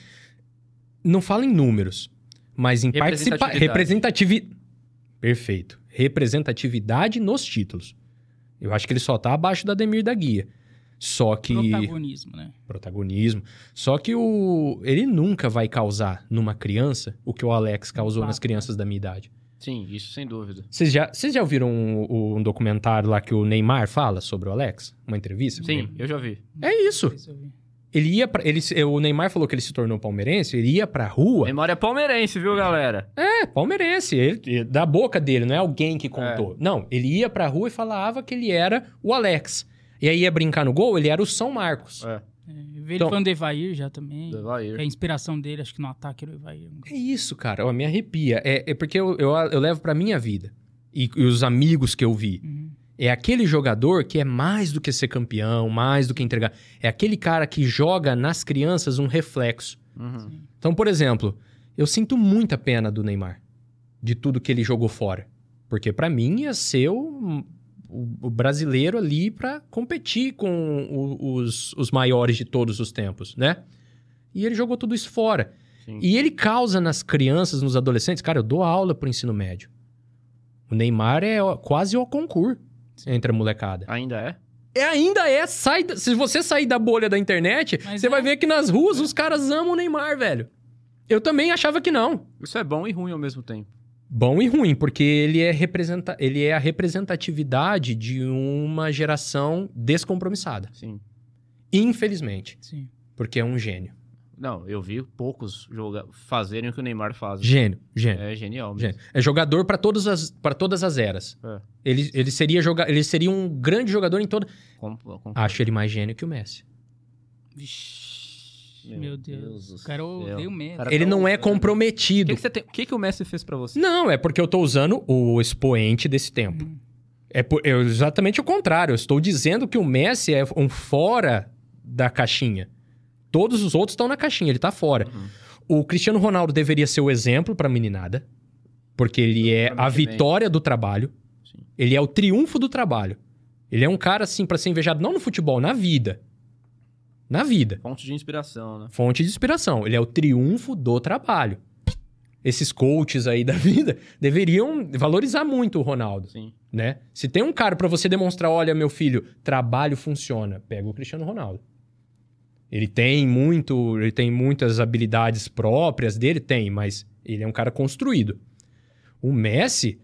C: Não fala em números, mas em representatividade. Perfeito. Representatividade nos títulos. Eu acho que ele só tá abaixo do Ademir da Guia. Só que...
A: Protagonismo, né?
C: Protagonismo. Só que ele nunca vai causar numa criança o que o Alex causou nas crianças da minha idade.
B: Sim, isso sem dúvida.
C: Vocês já ouviram um documentário lá que o Neymar fala sobre o Alex? Uma entrevista?
B: Sim, eu já vi.
C: É isso. O Neymar falou que ele se tornou palmeirense, ele ia pra rua...
B: Neymar é palmeirense, viu, galera?
C: Palmeirense. Da boca dele, não é alguém que contou. Não, ele ia pra rua e falava que ele era o Alex. E aí ia brincar no gol, ele era o São Marcos.
A: Eu vi ele falando do Evair já também.
B: Do Evair.
A: Que é a inspiração dele, acho que no ataque era o Evair.
C: É isso, cara. Me arrepia. É porque eu levo pra minha vida. E os amigos que eu vi. Uhum. É aquele jogador que é mais do que ser campeão, mais do que entregar. É aquele cara que joga nas crianças um reflexo.
B: Uhum.
C: Então, por exemplo, eu sinto muita pena do Neymar. De tudo que ele jogou fora. Porque pra mim ia ser o brasileiro ali pra competir com os maiores de todos os tempos, né? E ele jogou tudo isso fora.
B: Sim.
C: E ele causa nas crianças, nos adolescentes... Cara, eu dou aula pro ensino médio. O Neymar é quase o concurso entre a molecada.
B: Ainda é?
C: Ainda é. Se você sair da bolha da internet, você vai ver que nas ruas os caras amam o Neymar, velho. Eu também achava que não.
B: Isso é bom e ruim ao mesmo tempo.
C: Bom e ruim, porque ele é a representatividade de uma geração descompromissada.
B: Sim.
C: Infelizmente.
A: Sim.
C: Porque é um gênio.
B: Não, eu vi poucos fazerem o que o Neymar faz.
C: Gênio.
B: É genial mesmo.
C: Gênio. É jogador para todas as eras. Ele seria um grande jogador em toda... Acho ele mais gênio que o Messi.
A: Vixe. Meu Deus. O cara odeia o Messi.
C: Ele não é comprometido.
B: O que o Messi fez pra você?
C: Não, é porque eu tô usando o expoente desse tempo. É exatamente o contrário. Eu estou dizendo que o Messi é um fora da caixinha. Todos os outros estão na caixinha, ele tá fora. O Cristiano Ronaldo deveria ser o exemplo pra meninada. Porque ele é a vitória do trabalho.
B: Sim.
C: Ele é o triunfo do trabalho. Ele é um cara, assim, pra ser invejado não no futebol, na vida. Na vida.
B: Fonte de inspiração, né?
C: Fonte de inspiração. Ele é o triunfo do trabalho. Esses coaches aí da vida deveriam valorizar muito o Ronaldo.
B: Sim.
C: Né? Se tem um cara pra você demonstrar, olha, meu filho, trabalho funciona, pega o Cristiano Ronaldo. Ele tem muitas habilidades próprias dele, mas ele é um cara construído. O Messi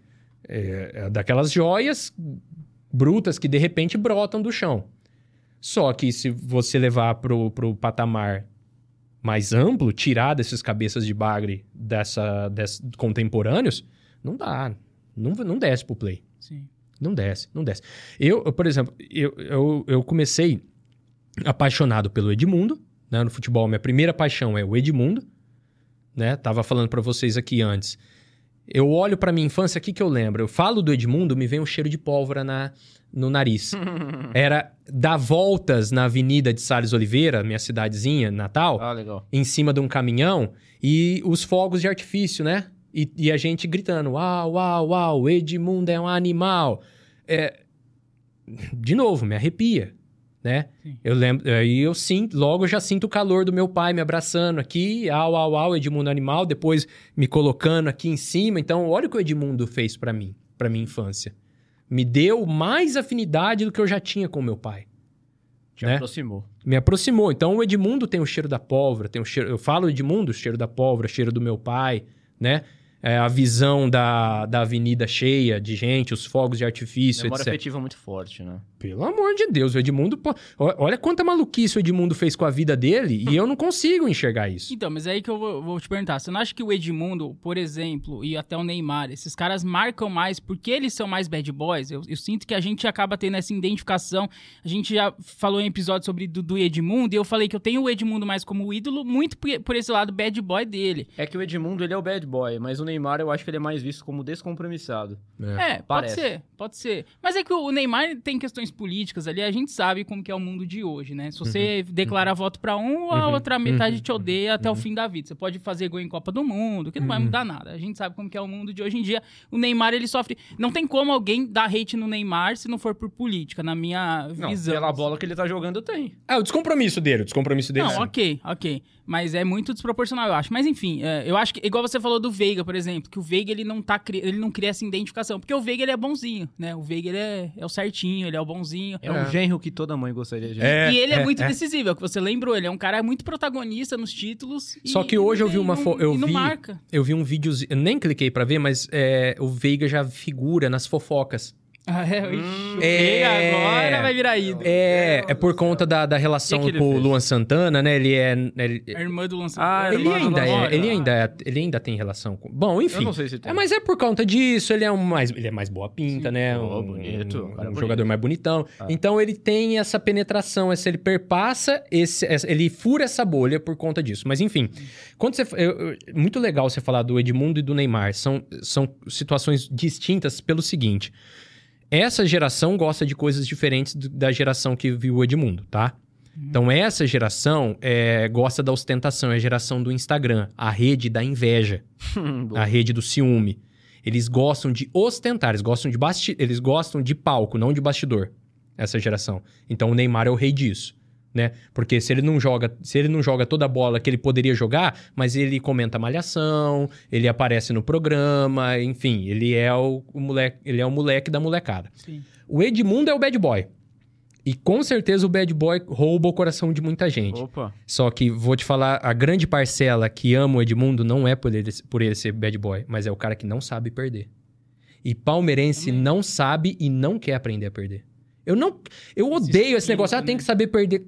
C: é daquelas joias brutas que de repente brotam do chão. Só que se você levar pro patamar mais amplo, tirar desses cabeças de bagre contemporâneos, não dá. Não desce pro play.
A: Sim.
C: Não desce. Eu, por exemplo, eu comecei apaixonado pelo Edmundo, né? No futebol, minha primeira paixão é o Edmundo, né? Tava falando pra vocês aqui antes. Eu olho pra minha infância, o que eu lembro? Eu falo do Edmundo, me vem um cheiro de pólvora no nariz. Era dar voltas na avenida de Salles Oliveira, minha cidadezinha natal,
B: legal.
C: em cima de um caminhão, e os fogos de artifício, né? E a gente gritando, uau, uau, uau, o Edmundo é um animal. De novo, me arrepia, né? Sim. Eu lembro, aí eu sinto, logo eu já sinto o calor do meu pai me abraçando aqui, au, au, au, Edmundo animal, depois me colocando aqui em cima. Então, olha o que o Edmundo fez pra mim, pra minha infância. Me deu mais afinidade do que eu já tinha com o meu pai.
B: Te aproximou.
C: Me aproximou. Então, o Edmundo tem o cheiro da pólvora, tem o cheiro... Eu falo Edmundo, o cheiro da pólvora, o cheiro do meu pai, né? A visão da avenida cheia de gente, os fogos de artifício,
B: Memória
C: etc.
B: afetiva muito forte, né?
C: Pelo amor de Deus, o Edmundo... Olha quanta maluquice o Edmundo fez com a vida dele e eu não consigo enxergar isso.
A: Então, mas é aí que eu vou te perguntar. Você não acha que o Edmundo, por exemplo, e até o Neymar, esses caras marcam mais porque eles são mais bad boys? Eu sinto que a gente acaba tendo essa identificação. A gente já falou em episódio sobre do Edmundo e eu falei que eu tenho o Edmundo mais como ídolo muito por esse lado bad boy dele.
B: É que o Edmundo, ele é o bad boy, mas o Neymar eu acho que ele é mais visto como descompromissado.
A: Pode ser. Mas é que o Neymar tem questões políticas ali, a gente sabe como que é o mundo de hoje, né? Se você declara voto pra um, a outra metade te odeia até o fim da vida. Você pode fazer gol em Copa do Mundo, que não vai mudar nada. A gente sabe como que é o mundo de hoje em dia. O Neymar, ele sofre... Não tem como alguém dar hate no Neymar se não for por política, na minha visão.
B: Pela bola que ele tá jogando, tem.
C: O descompromisso dele. Não,
A: sim. ok. Mas é muito desproporcional, eu acho. Mas enfim, eu acho que, igual você falou do Veiga, por exemplo, que o Veiga, ele não cria essa identificação. Porque o Veiga, ele é bonzinho, né? O Veiga, ele é o certinho, ele é o bonzinho.
B: É um genro que toda mãe gostaria de
A: E ele é muito decisivo, é o que você lembrou. Ele é um cara muito protagonista nos títulos.
C: Só que hoje eu vi eu vi um vídeo, eu nem cliquei pra ver, mas o Veiga já figura nas fofocas.
A: Agora vai virar ídolo.
C: É por conta da relação com o Luan Santana, né? Ele é...
A: A irmã do Luan Santana.
C: Ele ainda tem relação com... Bom, enfim.
B: Eu não sei se tem.
C: Mas é por conta disso, ele é mais boa pinta, né?
B: Bonito.
C: Um jogador mais bonitão. Então ele tem essa penetração, ele perpassa, ele fura essa bolha por conta disso. Mas enfim, muito legal você falar do Edmundo e do Neymar. São situações distintas pelo seguinte... Essa geração gosta de coisas diferentes da geração que viu o Edmundo, tá? Então, essa geração gosta da ostentação. É a geração do Instagram. A rede da inveja. A rede do ciúme. Eles gostam de ostentar. Eles gostam de palco, não de bastidor. Essa geração. Então, o Neymar é o rei disso. Né? Porque se ele não joga toda a bola que ele poderia jogar, mas ele comenta Malhação, ele aparece no programa, enfim, ele é o moleque da molecada.
A: Sim.
C: O Edmundo é o bad boy. E com certeza o bad boy rouba o coração de muita gente.
B: Opa.
C: Só que vou te falar, a grande parcela que ama o Edmundo não é por ele ser bad boy, mas é o cara que não sabe perder. E palmeirense não sabe e não quer aprender a perder. Eu odeio esse negócio. Tem que saber perder.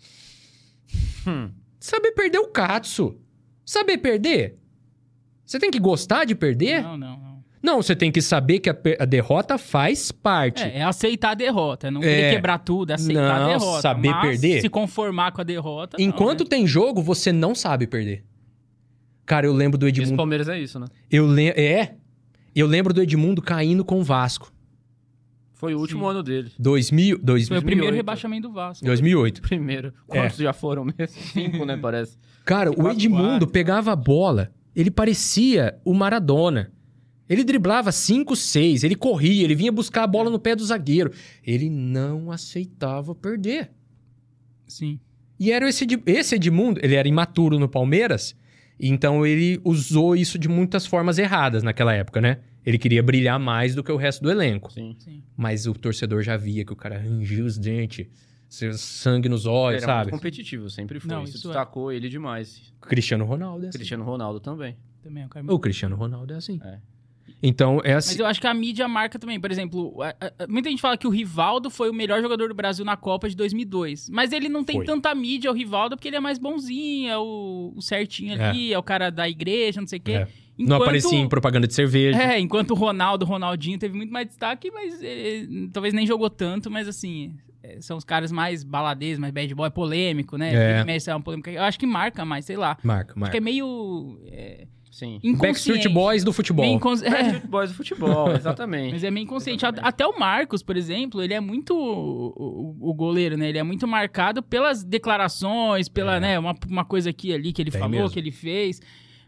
C: Saber perder o Katsu. Saber perder? Você tem que gostar de perder?
A: Não.
C: Não, você tem que saber que a derrota faz parte.
A: É aceitar a derrota. Não querer quebrar tudo, aceitar a derrota.
C: Saber perder.
A: Se conformar com a derrota.
C: Enquanto tem jogo, você não sabe perder. Cara, eu lembro do Edmundo.
B: Esse Palmeiras é isso, né?
C: Eu lembro do Edmundo caindo com o Vasco.
B: Foi o último ano dele.
C: 2000,
A: Foi o primeiro rebaixamento do Vasco.
C: 2008.
B: Primeiro. Quantos já foram mesmo? 5, né, parece.
C: Cara, o Edmundo pegava a bola, ele parecia o Maradona. Ele driblava 5, 6, ele corria, ele vinha buscar a bola no pé do zagueiro. Ele não aceitava perder.
A: Sim.
C: E era esse Edmundo, ele era imaturo no Palmeiras, então ele usou isso de muitas formas erradas naquela época, né? Ele queria brilhar mais do que o resto do elenco.
B: Sim.
C: Mas o torcedor já via que o cara rangia os dentes, sangue nos olhos,
B: sabe? Ele era
C: muito
B: competitivo, sempre foi. Isso destacou ele demais.
C: Cristiano Ronaldo é assim.
B: Cristiano Ronaldo também.
C: O Cristiano Ronaldo é assim. Então, é assim.
A: Mas eu acho que a mídia marca também. Por exemplo, muita gente fala que o Rivaldo foi o melhor jogador do Brasil na Copa de 2002. Mas ele não tem tanta mídia, o Rivaldo, porque ele é mais bonzinho, é o certinho ali, é o cara da igreja, não sei o quê.
C: Não aparecia em propaganda de cerveja.
A: Enquanto o Ronaldinho teve muito mais destaque, mas ele, talvez nem jogou tanto, mas assim, são os caras mais baladeiros, mais bad boy, polêmico, né? Messi é uma polêmica. Eu acho que marca mais, sei lá.
C: Marca.
A: Acho que é meio...
B: Sim.
C: Backstreet Boys do futebol.
B: Backstreet Boys do futebol, exatamente.
A: Mas é meio inconsciente. Até o Marcos, por exemplo, ele é muito o goleiro, né? Ele é muito marcado pelas declarações, pela, né, uma coisa aqui ali que ele falou, mesmo. Que ele fez.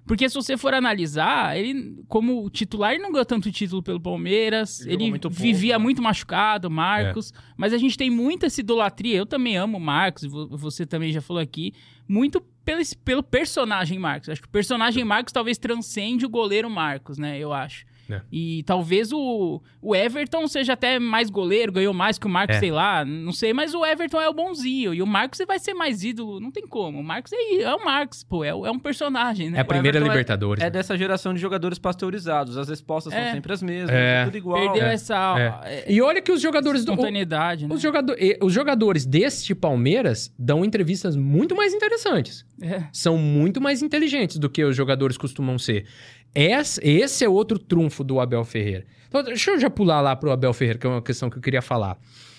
A: Porque se você for analisar, ele, como titular, ele não ganhou tanto título pelo Palmeiras. Ele vivia muito machucado, Marcos. Mas a gente tem muita essa idolatria. Eu também amo o Marcos, você também já falou aqui. Muito pelo personagem Marcos. Acho que o personagem Marcos talvez transcende o goleiro Marcos, né? Eu acho. E talvez o Everton seja até mais goleiro, ganhou mais que o Marcos, sei lá, não sei, mas o Everton é o bonzinho, e o Marcos vai ser mais ídolo, não tem como, o Marcos é o Marcos, pô, é um personagem, né?
C: É a primeira Libertadores.
B: É dessa geração de jogadores pasteurizados, as respostas são sempre as mesmas, tudo igual.
A: Perdeu essa...
C: E olha que os jogadores...
A: Espontaneidade, né?
C: Os jogadores deste Palmeiras dão entrevistas muito mais interessantes. São muito mais inteligentes do que os jogadores costumam ser. Esse é outro trunfo do Abel Ferreira. Então, deixa eu já pular lá pro Abel Ferreira, que é uma questão que eu queria falar.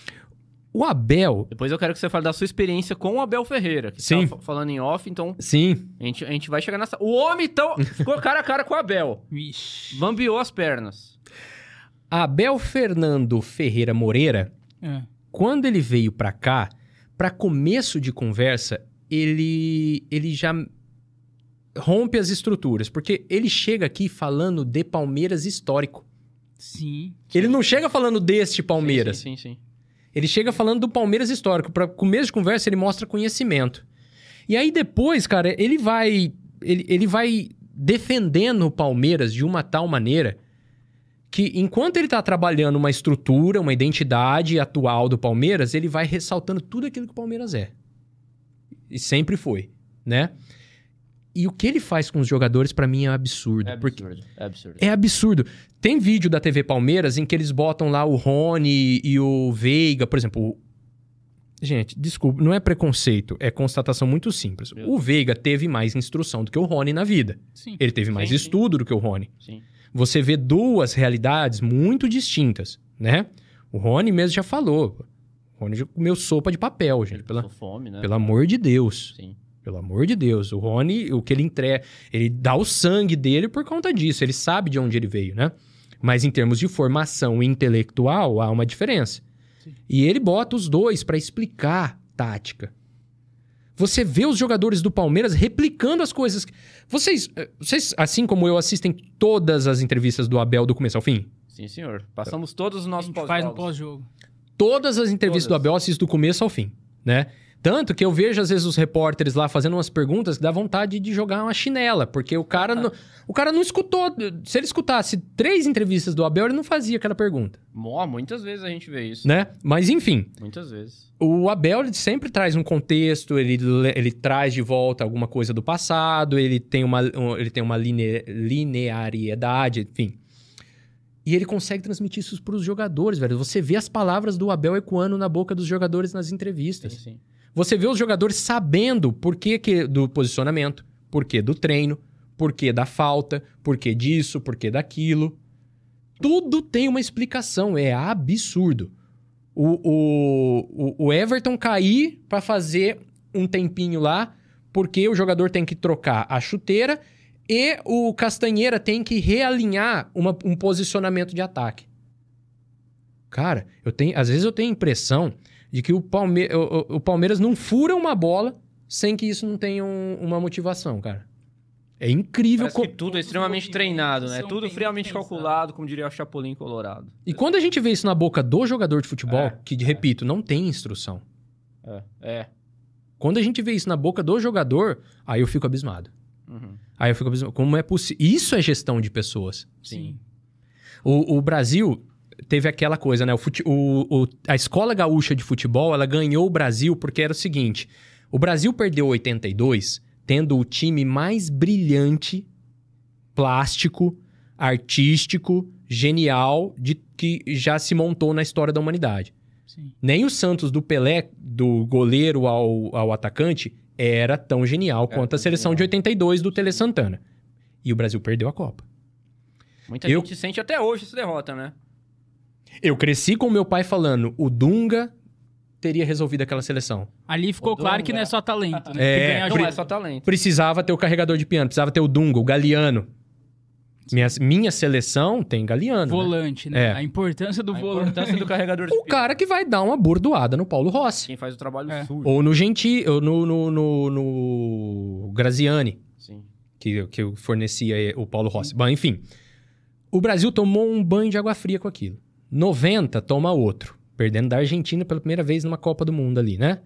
C: O Abel...
B: Depois eu quero que você fale da sua experiência com o Abel Ferreira, que você tá falando em off, então...
C: Sim.
B: A gente vai chegar nessa... O homem, então, ficou cara a cara com o Abel.
A: Vixe.
B: Bambeou as pernas.
C: Abel Fernando Ferreira Moreira, quando ele veio pra cá, pra começo de conversa, ele já... rompe as estruturas, porque ele chega aqui falando de Palmeiras histórico.
A: Sim.
C: Ele não chega falando deste Palmeiras.
B: Sim.
C: Ele chega falando do Palmeiras histórico. Para começo de conversa, ele mostra conhecimento. E aí depois, cara, ele vai defendendo o Palmeiras de uma tal maneira que, enquanto ele tá trabalhando uma estrutura, uma identidade atual do Palmeiras, ele vai ressaltando tudo aquilo que o Palmeiras é. E sempre foi, né? E o que ele faz com os jogadores, pra mim, é absurdo. É absurdo. Tem vídeo da TV Palmeiras em que eles botam lá o Rony e o Veiga, por exemplo. Gente, desculpa, não é preconceito, é constatação muito simples. O Veiga teve mais instrução do que o Rony na vida. Sim. Ele teve mais estudo do que o Rony. Sim. Você vê duas realidades muito distintas, né? O Rony mesmo já falou. O Rony já comeu sopa de papel, gente. Pela
B: fome, né?
C: Pelo amor de Deus.
B: Sim.
C: Pelo amor de Deus. O Rony, o que ele entrega... Ele dá o sangue dele por conta disso. Ele sabe de onde ele veio, né? Mas em termos de formação intelectual, há uma diferença. Sim. E ele bota os dois para explicar tática. Você vê os jogadores do Palmeiras replicando as coisas... Vocês, assim como eu, assistem todas as entrevistas do Abel do começo ao fim?
B: Sim, senhor. Passamos todos os nossos
A: pós-jogos. Faz no pós-jogo.
C: Todas as entrevistas do Abel eu assisto do começo ao fim, né? Tanto que eu vejo, às vezes, os repórteres lá fazendo umas perguntas que dá vontade de jogar uma chinela, porque o cara não escutou. Se ele escutasse 3 entrevistas do Abel, ele não fazia aquela pergunta.
B: Muitas vezes a gente vê isso.
C: Né? Mas, enfim.
B: Muitas vezes.
C: O Abel, ele sempre traz um contexto, ele traz de volta alguma coisa do passado, ele tem uma linearidade, enfim. E ele consegue transmitir isso para os jogadores, velho. Você vê as palavras do Abel ecoando na boca dos jogadores nas entrevistas.
B: Sim.
C: Você vê os jogadores sabendo por que do posicionamento, por que do treino, por que da falta, por que disso, por que daquilo. Tudo tem uma explicação, é absurdo. O Everton cair para fazer um tempinho lá, porque o jogador tem que trocar a chuteira e o Castanheira tem que realinhar um posicionamento de ataque. Cara, às vezes eu tenho a impressão de que o Palmeiras não fura uma bola sem que isso não tenha uma motivação, cara. É incrível.
B: Parece que tudo é extremamente treinado, né? Tudo friamente calculado, como diria o Chapolin Colorado.
C: E quando a gente vê isso na boca do jogador de futebol, repito, não tem instrução. Quando a gente vê isso na boca do jogador, aí eu fico abismado.
B: Uhum.
C: Aí eu fico abismado. Como é possível? Isso é gestão de pessoas.
B: Sim.
C: O Brasil... Teve aquela coisa, né? A Escola Gaúcha de Futebol, ela ganhou o Brasil porque era o seguinte. O Brasil perdeu 82, tendo o time mais brilhante, plástico, artístico, genial, que já se montou na história da humanidade.
A: Sim.
C: Nem o Santos do Pelé, do goleiro ao atacante, era tão genial quanto a seleção de 82 do Tele Santana. E o Brasil perdeu a Copa.
B: Muita gente sente até hoje essa derrota, né?
C: Eu cresci com meu pai falando, o Dunga teria resolvido aquela seleção.
A: Ali ficou claro que não é só talento, né?
B: Não é só talento.
C: Precisava ter o carregador de piano, precisava ter o Dunga, o Galeano. Minha seleção tem Galeano.
A: Volante, né? A importância do volante.
B: A importância do carregador de piano.
C: O cara que vai dar uma bordoada no Paulo Rossi.
B: Quem faz o trabalho sujo.
C: Ou no Graziani.
B: Sim.
C: que fornecia o Paulo Rossi. Bom, enfim, o Brasil tomou um banho de água fria com aquilo. 90 toma outro, perdendo da Argentina pela primeira vez numa Copa do Mundo ali, né?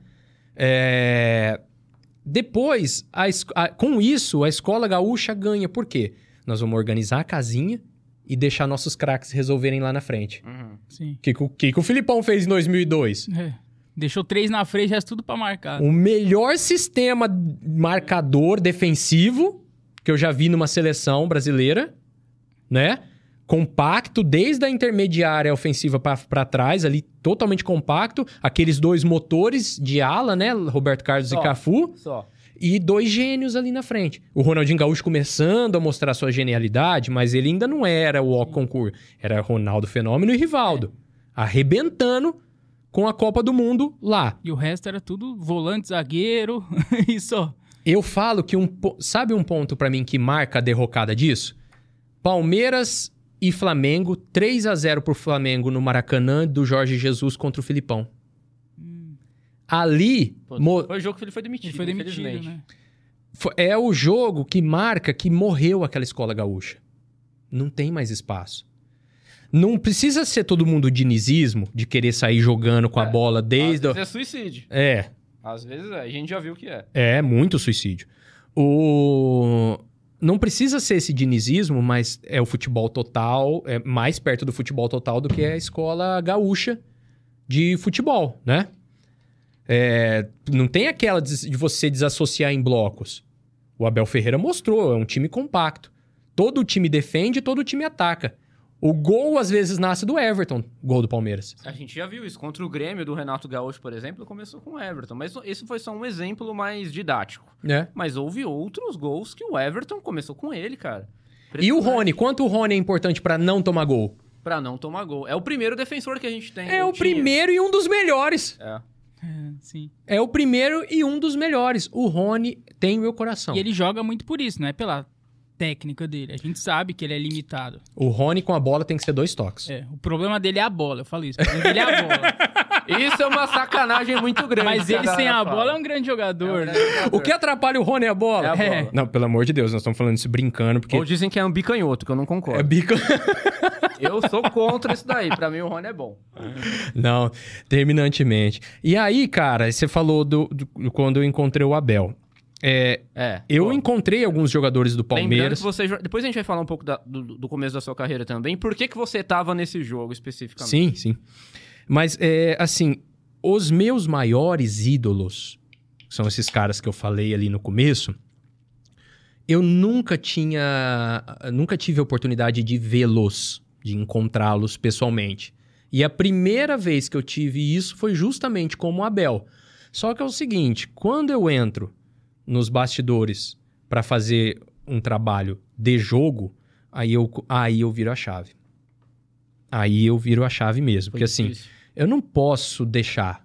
C: Depois, com isso, a escola gaúcha ganha. Por quê? Nós vamos organizar a casinha e deixar nossos craques resolverem lá na frente.
A: Sim.
C: O que o Filipão fez em 2002?
A: Deixou 3 na frente, já é tudo pra marcar.
C: O melhor sistema marcador defensivo que eu já vi numa seleção brasileira, né? Compacto, desde a intermediária ofensiva pra trás, ali totalmente compacto. Aqueles 2 motores de ala, né? Roberto Carlos e Cafu. E 2 gênios ali na frente. O Ronaldinho Gaúcho começando a mostrar sua genialidade, mas ele ainda não era o concurso. Era Ronaldo Fenômeno e Rivaldo. Arrebentando com a Copa do Mundo lá.
A: E o resto era tudo volante, zagueiro e só.
C: Eu falo que sabe um ponto pra mim que marca a derrocada disso? Palmeiras e Flamengo, 3-0 pro Flamengo no Maracanã, do Jorge Jesus contra o Filipão. Ali...
B: Foi o jogo que ele foi demitido.
A: Ele foi demitido, né?
C: É o jogo que marca que morreu aquela escola gaúcha. Não tem mais espaço. Não precisa ser todo mundo dinizismo, de querer sair jogando com a bola desde...
B: Às vezes é suicídio. Às vezes a gente já viu o que é.
C: É, muito suicídio. Não precisa ser esse dinizismo, mas é o futebol total, é mais perto do futebol total do que a escola gaúcha de futebol, né? Não tem aquela de você desassociar em blocos. O Abel Ferreira mostrou, é um time compacto. Todo time defende, todo time ataca. O gol, às vezes, nasce do Everton, gol do Palmeiras.
B: A gente já viu isso. Contra o Grêmio do Renato Gaúcho, por exemplo, começou com o Everton. Mas esse foi só um exemplo mais didático. Mas houve outros gols que o Everton começou com ele, cara.
C: E o Rony? Quanto o Rony é importante pra não tomar gol?
B: Pra não tomar gol. É o primeiro defensor que a gente tem.
C: É o primeiro e um dos melhores.
A: Sim.
C: É o primeiro e um dos melhores. O Rony tem o meu coração.
A: E ele joga muito por isso, não é pela técnica dele. A gente sabe que ele é limitado.
C: O Rony com a bola tem que ser 2 toques.
A: O problema dele é a bola, eu falo isso. O problema dele é a bola.
B: Isso é uma sacanagem muito grande.
A: Mas ele sem a bola é um grande jogador.
C: O que atrapalha o Rony é a bola?
B: É a bola.
C: Não, pelo amor de Deus, nós estamos falando isso brincando, porque...
B: Ou dizem que é um bicanhoto, que eu não concordo.
C: É
B: Eu sou contra isso daí. Pra mim, o Rony é bom.
C: Não, terminantemente. E aí, cara, você falou do quando eu encontrei o Abel. Eu encontrei alguns jogadores do Palmeiras.
B: Lembrando que depois a gente vai falar um pouco do começo da sua carreira também. Por que você tava nesse jogo especificamente?
C: Sim. Mas, assim, os meus maiores ídolos, são esses caras que eu falei ali no começo, eu nunca tive a oportunidade de vê-los, de encontrá-los pessoalmente. E a primeira vez que eu tive isso foi justamente como o Abel. Só que é o seguinte, quando eu entro nos bastidores para fazer um trabalho de jogo, aí eu viro a chave. Aí eu viro a chave mesmo. Porque assim, eu não posso deixar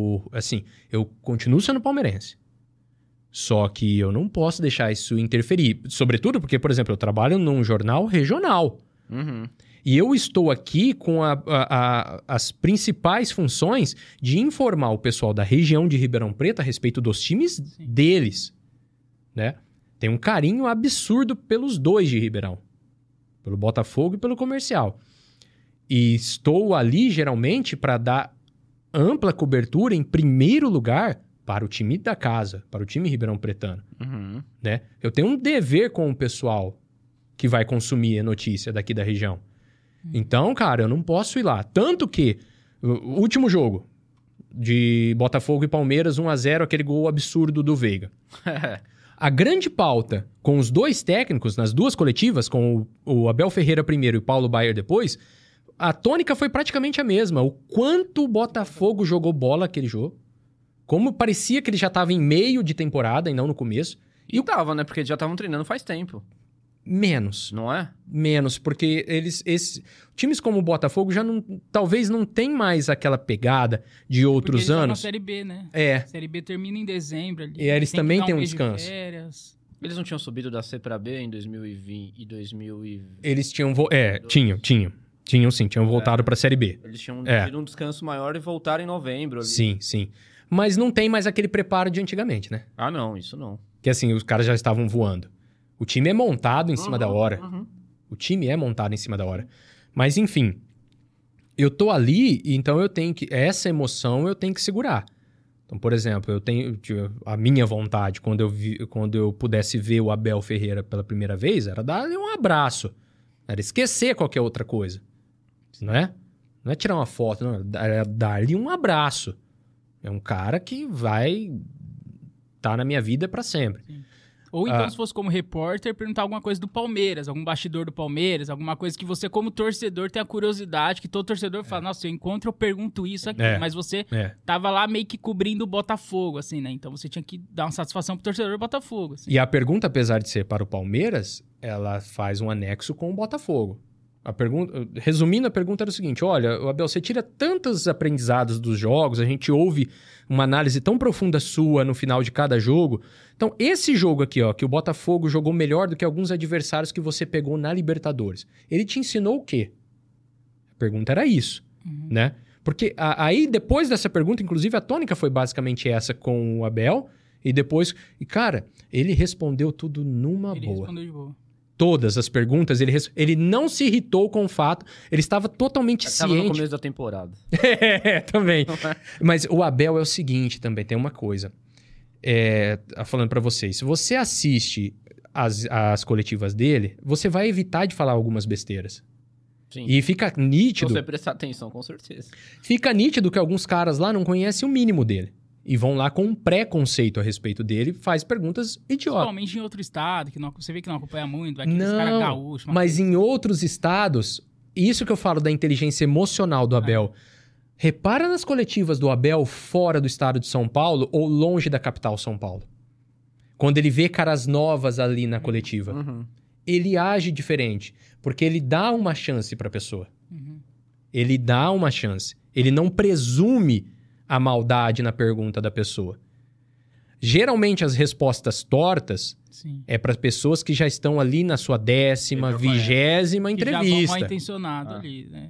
C: eu continuo sendo palmeirense. Só que eu não posso deixar isso interferir. Sobretudo porque, por exemplo, eu trabalho num jornal regional. E eu estou aqui com as principais funções de informar o pessoal da região de Ribeirão Preto a respeito dos times deles, né? Tem um carinho absurdo pelos 2 de Ribeirão. Pelo Botafogo e pelo Comercial. E estou ali, geralmente, para dar ampla cobertura, em primeiro lugar, para o time da casa, para o time ribeirão pretano. Né? Eu tenho um dever com o pessoal que vai consumir a notícia daqui da região. Então, cara, eu não posso ir lá. Tanto que, o último jogo de Botafogo e Palmeiras, 1-0, aquele gol absurdo do Veiga. A grande pauta com os 2 técnicos, nas 2 coletivas, com o Abel Ferreira primeiro e o Paulo Baier depois, a tônica foi praticamente a mesma. O quanto o Botafogo jogou bola aquele jogo. Como parecia que ele já estava em meio de temporada e não no começo.
B: E tava, né? Porque eles já estavam treinando faz tempo.
C: Menos.
B: Não é?
C: Menos, porque times como o Botafogo já talvez não tem mais aquela pegada de outros
A: porque eles
C: anos.
A: Estão na Série B, né?
C: A
A: Série B termina em dezembro ali.
C: E eles também têm um descanso.
B: Eles não tinham subido da C pra B em 2020 e 2020?
C: Eles tinham... Tinham sim, tinham voltado pra Série B.
B: Eles tinham tido um descanso maior e voltaram em novembro. Ali.
C: Sim. Mas não tem mais aquele preparo de antigamente, né?
B: Ah, não, isso não.
C: Que assim, os caras já estavam voando. O time é montado em cima da hora. O time é montado em cima da hora. Mas, enfim, eu tô ali, então eu tenho que... Essa emoção eu tenho que segurar. Então, por exemplo, eu tenho a minha vontade, quando eu pudesse ver o Abel Ferreira pela primeira vez, era dar-lhe um abraço. Era esquecer qualquer outra coisa. Não é? Não é tirar uma foto, não. Era dar-lhe um abraço. É um cara que vai estar na minha vida para sempre.
A: Sim. Ou então, se fosse como repórter, perguntar alguma coisa do Palmeiras, algum bastidor do Palmeiras, alguma coisa que você, como torcedor, tem a curiosidade, que todo torcedor fala, nossa, se eu encontro, eu pergunto isso aqui. Mas você tava lá meio que cobrindo o Botafogo, assim, né? Então você tinha que dar uma satisfação pro torcedor do Botafogo. Assim.
C: E a pergunta, apesar de ser para o Palmeiras, ela faz um anexo com o Botafogo. Resumindo, a pergunta era o seguinte: olha, Abel, você tira tantos aprendizados dos jogos, a gente ouve uma análise tão profunda sua no final de cada jogo. Então, esse jogo aqui, ó, que o Botafogo jogou melhor do que alguns adversários que você pegou na Libertadores, ele te ensinou o quê? A pergunta era isso, né? Porque aí, depois dessa pergunta, inclusive, a tônica foi basicamente essa com o Abel, e depois... E, cara, ele respondeu tudo numa boa. Ele
A: respondeu de boa.
C: Todas as perguntas, ele não se irritou com o fato, ele estava totalmente ciente. Estava
B: no começo da temporada.
C: Também. Mas o Abel é o seguinte também, tem uma coisa. Falando pra vocês, se você assiste as coletivas dele, você vai evitar de falar algumas besteiras.
B: Sim.
C: E fica nítido...
B: Se você prestar atenção, com certeza.
C: Fica nítido que alguns caras lá não conhecem o mínimo dele. E vão lá com um preconceito a respeito dele, faz perguntas idiotas.
A: Principalmente em outro estado, que não, você vê que não acompanha muito, vai aqueles caras gaúchos.
C: Mas em outros estados, isso que eu falo da inteligência emocional do Abel. Repara nas coletivas do Abel fora do estado de São Paulo ou longe da capital São Paulo. Quando ele vê caras novas ali na coletiva. Ele age diferente, porque ele dá uma chance pra pessoa. Ele dá uma chance. Ele não presume a maldade na pergunta da pessoa. Geralmente as respostas tortas é para pessoas que já estão ali na sua 10ª, 20ª entrevista. Já vão mal
A: intencionado ali, né?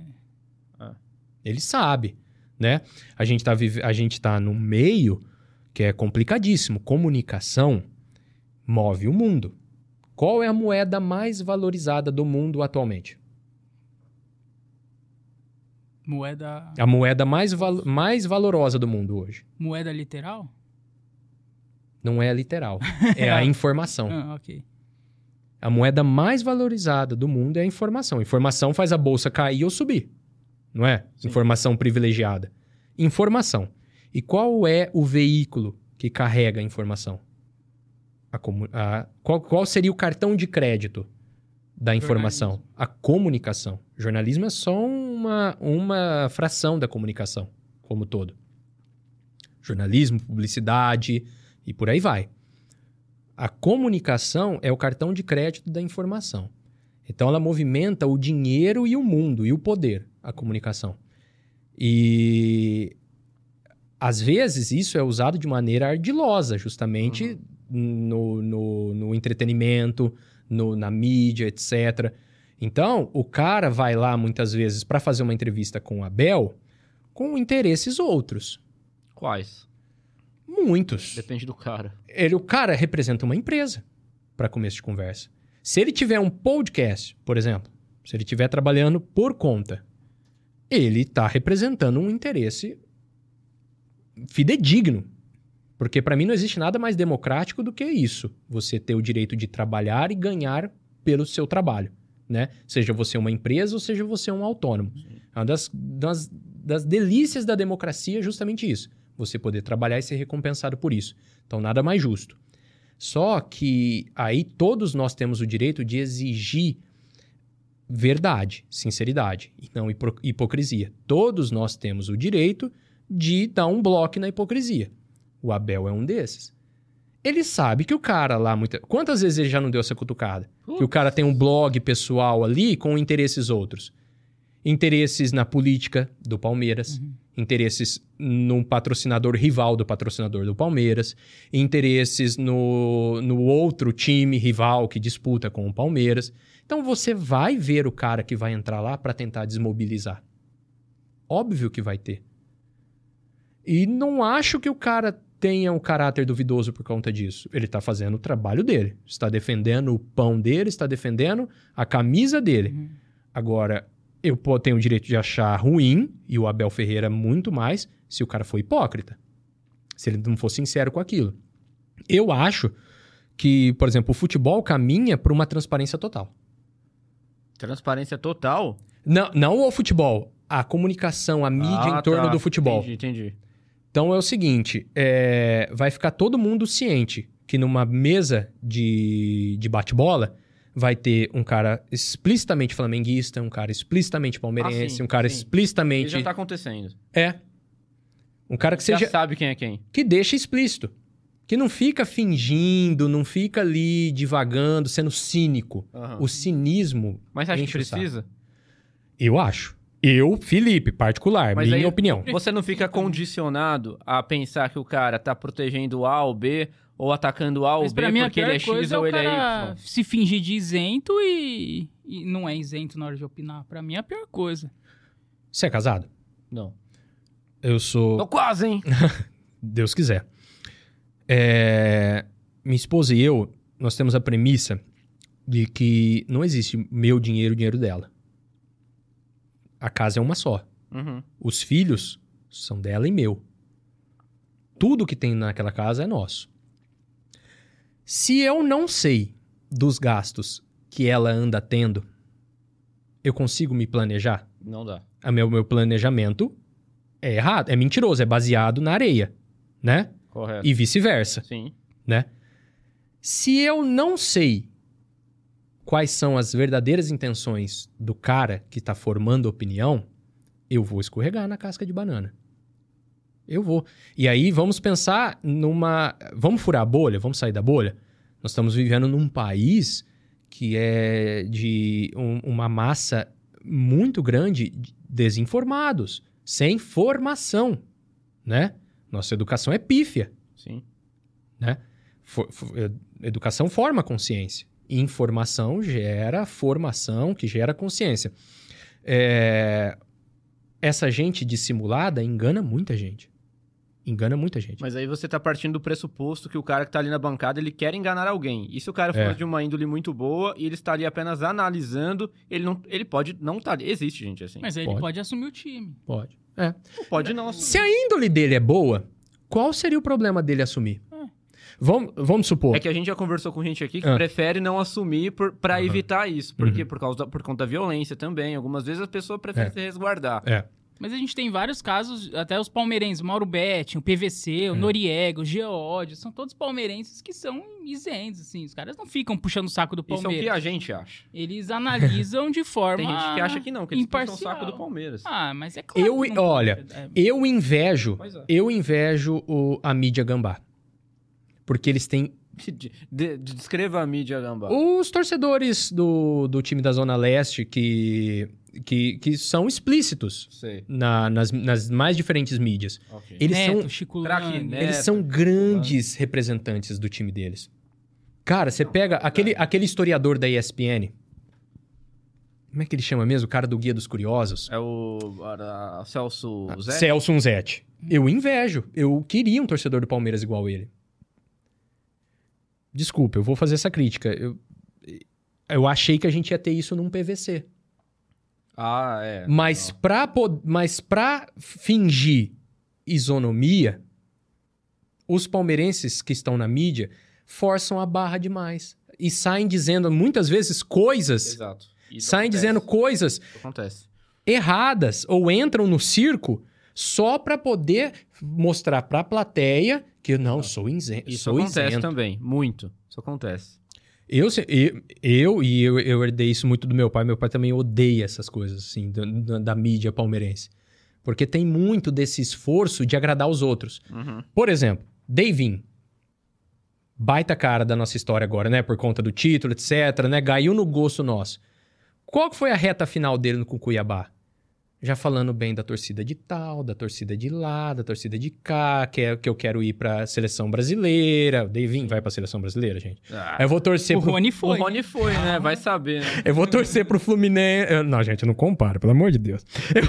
C: Ele sabe, né? A gente tá num meio que é complicadíssimo. Comunicação move o mundo. Qual é a moeda mais valorizada do mundo atualmente? A moeda mais valorosa do mundo hoje.
A: Moeda literal?
C: Não é literal. É a informação.
A: Ok.
C: A moeda mais valorizada do mundo é a informação. Informação faz a bolsa cair ou subir. Não é? Sim. Informação privilegiada. Informação. E qual é o veículo que carrega a informação? Qual seria o cartão de crédito da informação? A comunicação. Jornalismo é só uma fração da comunicação, como todo. Jornalismo, publicidade e por aí vai. A comunicação é o cartão de crédito da informação. Então, ela movimenta o dinheiro e o mundo e o poder, a comunicação. E, às vezes, isso é usado de maneira ardilosa, justamente no entretenimento, na mídia, etc. Então, o cara vai lá, muitas vezes, para fazer uma entrevista com o Abel com interesses outros.
B: Quais?
C: Muitos.
B: Depende do cara.
C: O cara representa uma empresa para começo de conversa. Se ele tiver um podcast, por exemplo, se ele estiver trabalhando por conta, ele está representando um interesse fidedigno. Porque para mim não existe nada mais democrático do que isso. Você ter o direito de trabalhar e ganhar pelo seu trabalho, né? Seja você uma empresa ou seja você um autônomo. É uma das delícias da democracia é justamente isso. Você poder trabalhar e ser recompensado por isso. Então, nada mais justo. Só que aí todos nós temos o direito de exigir verdade, sinceridade e não hipocrisia. Todos nós temos o direito de dar um bloco na hipocrisia. O Abel é um desses. Ele sabe que o cara lá... Quantas vezes ele já não deu essa cutucada? Que o cara tem um blog pessoal ali com interesses outros. Interesses na política do Palmeiras. Interesses num patrocinador rival do patrocinador do Palmeiras. Interesses no outro time rival que disputa com o Palmeiras. Então você vai ver o cara que vai entrar lá para tentar desmobilizar. Óbvio que vai ter. E não acho que o cara tenha um caráter duvidoso por conta disso. Ele tá fazendo o trabalho dele. Está defendendo o pão dele, está defendendo a camisa dele. Agora, eu tenho o direito de achar ruim, e o Abel Ferreira muito mais, se o cara for hipócrita. Se ele não for sincero com aquilo. Eu acho que, por exemplo, o futebol caminha para uma transparência total.
B: Transparência total?
C: Não o futebol, a comunicação, a mídia em torno do futebol.
B: Entendi.
C: Então é o seguinte, vai ficar todo mundo ciente que numa mesa de bate-bola vai ter um cara explicitamente flamenguista, um cara explicitamente palmeirense, um cara explicitamente...
B: Isso já tá acontecendo.
C: Um cara que seja...
B: Já sabe quem é quem.
C: Que deixa explícito. Que não fica fingindo, não fica ali divagando, sendo cínico. O cinismo...
B: Mas você acha que precisa?
C: Eu acho. Eu, Felipe, particular, mas minha opinião.
B: Você não fica condicionado a pensar que o cara tá protegendo o A ou B, ou atacando o A ou B porque ele é X ou ele é Y?
A: Se fingir de isento e não é isento na hora de opinar. Pra mim é a pior coisa.
C: Você é casado?
B: Não.
C: Eu sou...
B: Tô quase, hein?
C: Deus quiser. Minha esposa e eu, nós temos a premissa de que não existe meu dinheiro e o dinheiro dela. A casa é uma só. Os filhos são dela e meu. Tudo que tem naquela casa é nosso. Se eu não sei dos gastos que ela anda tendo, eu consigo me planejar?
B: Não dá.
C: Meu planejamento é errado, é mentiroso, é baseado na areia, né?
B: Correto.
C: E vice-versa.
B: Sim.
C: Né? Se eu não sei quais são as verdadeiras intenções do cara que tá formando opinião, eu vou escorregar na casca de banana. Eu vou. E aí vamos pensar numa... Vamos furar a bolha? Vamos sair da bolha? Nós estamos vivendo num país que é de uma massa muito grande de desinformados, sem formação, né? Nossa educação é pífia.
B: Sim.
C: Né? Educação forma consciência. Informação gera formação, que gera consciência. Essa gente dissimulada engana muita gente. Engana muita gente.
B: Mas aí você tá partindo do pressuposto que o cara que tá ali na bancada, ele quer enganar alguém. E se o cara for de uma índole muito boa e ele está ali apenas analisando, ele pode não estar ali. Existe gente assim.
A: Mas aí ele pode assumir o time.
C: Pode.
B: Pode não assumir.
C: Se a índole dele é boa, qual seria o problema dele assumir? Vamos supor...
B: É que a gente já conversou com gente aqui que prefere não assumir pra evitar isso. Porque por conta da violência também. Algumas vezes a pessoa prefere se resguardar.
A: Mas a gente tem vários casos, até os palmeirenses, o Mauro Betti, o PVC, o Noriega, o Geódio, são todos palmeirenses que são isentos, assim. Os caras não ficam puxando o saco do Palmeiras.
B: Isso é o que a gente acha.
A: eles analisam de forma
B: Tem gente que acha que não, que eles puxam o saco do Palmeiras.
A: Mas é claro
C: eu invejo a mídia gambá. Porque eles têm...
B: Descreva a mídia gambá.
C: Os torcedores do time da Zona Leste que são explícitos nas mais diferentes mídias.
B: Okay.
C: Eles são grandes representantes do time deles. Cara, você pega aquele historiador da ESPN. Como é que ele chama mesmo? O cara do Guia dos Curiosos.
B: É o Celso Zete?
C: Celso Zete. Eu invejo. Eu queria um torcedor do Palmeiras igual ele. Desculpa, eu vou fazer essa crítica. Eu achei que a gente ia ter isso num PVC. Mas pra fingir isonomia, os palmeirenses que estão na mídia forçam a barra demais. E saem dizendo, muitas vezes, coisas...
B: Exato.
C: Saem dizendo coisas erradas. Ou entram no circo só pra poder mostrar pra plateia que eu sou isento.
B: Isso acontece também, muito. Isso acontece.
C: Eu herdei isso muito do meu pai. Meu pai também odeia essas coisas, assim, da mídia palmeirense. Porque tem muito desse esforço de agradar os outros. Por exemplo, Davinho. Baita cara da nossa história agora, né? Por conta do título, etc, né? Caiu no gosto nosso. Qual foi a reta final dele com o Cuiabá? já falando bem da torcida de tal, da torcida de lá, da torcida de cá, que eu quero ir pra seleção brasileira. O Davinho vai pra seleção brasileira, gente. Eu vou torcer
A: pro... Rony foi.
B: O Rony foi, né? Vai saber, né?
C: Eu vou torcer pro Fluminense... Não, gente, eu não comparo, pelo amor de Deus.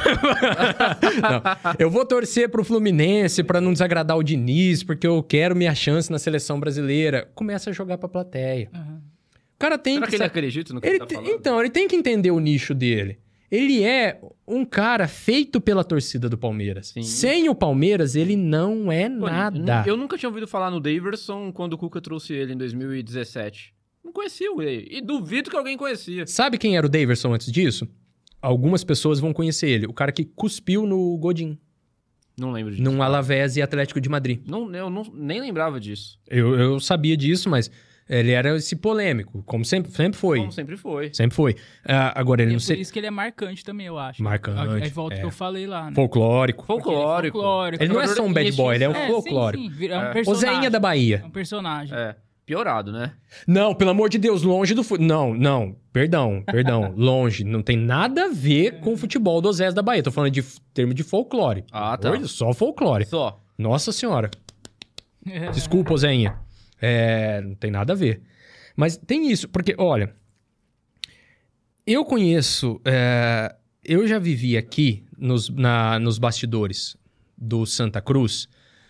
C: Não. Eu vou torcer pro Fluminense pra não desagradar o Diniz, porque eu quero minha chance na seleção brasileira. Começa a jogar pra plateia. O cara tem
B: Será que ele acredita no que ele tá falando?
C: Então, ele tem que entender o nicho dele. Ele é um cara feito pela torcida do Palmeiras. Sim. Sem o Palmeiras, ele não é nada.
B: Eu nunca tinha ouvido falar no Daverson quando o Cuca trouxe ele em 2017. Não conhecia ele. E duvido que alguém conhecia.
C: Sabe quem era o Daverson antes disso? Algumas pessoas vão conhecer ele. O cara que cuspiu no Godin.
B: Não lembro disso.
C: Num Alavés e Atlético de Madrid.
B: Eu nem lembrava disso.
C: Eu sabia disso, mas... Ele era esse polêmico, como sempre foi.
B: Como sempre foi.
C: Sempre foi. Agora ele
A: e
C: não sei.
A: Por isso que ele é marcante também, eu acho.
C: Marcante.
A: Aí volta que eu falei lá, né?
C: Folclórico.
A: Ele
C: não é só um bad boy, ele é um folclórico.
A: Sim. É um personagem.
C: O Zeinha da Bahia.
A: É um personagem.
B: Piorado, né?
C: Não, pelo amor de Deus, longe do futebol. Não, perdão. Longe. Não tem nada a ver com o futebol do Zés da Bahia. Tô falando de termo de folclore.
B: Ah, tá.
C: Só folclore.
B: Só.
C: Nossa senhora. Desculpa, Zeinha. Não tem nada a ver. Mas tem isso, porque, olha, eu conheço, eu já vivi aqui nos bastidores do Santa Cruz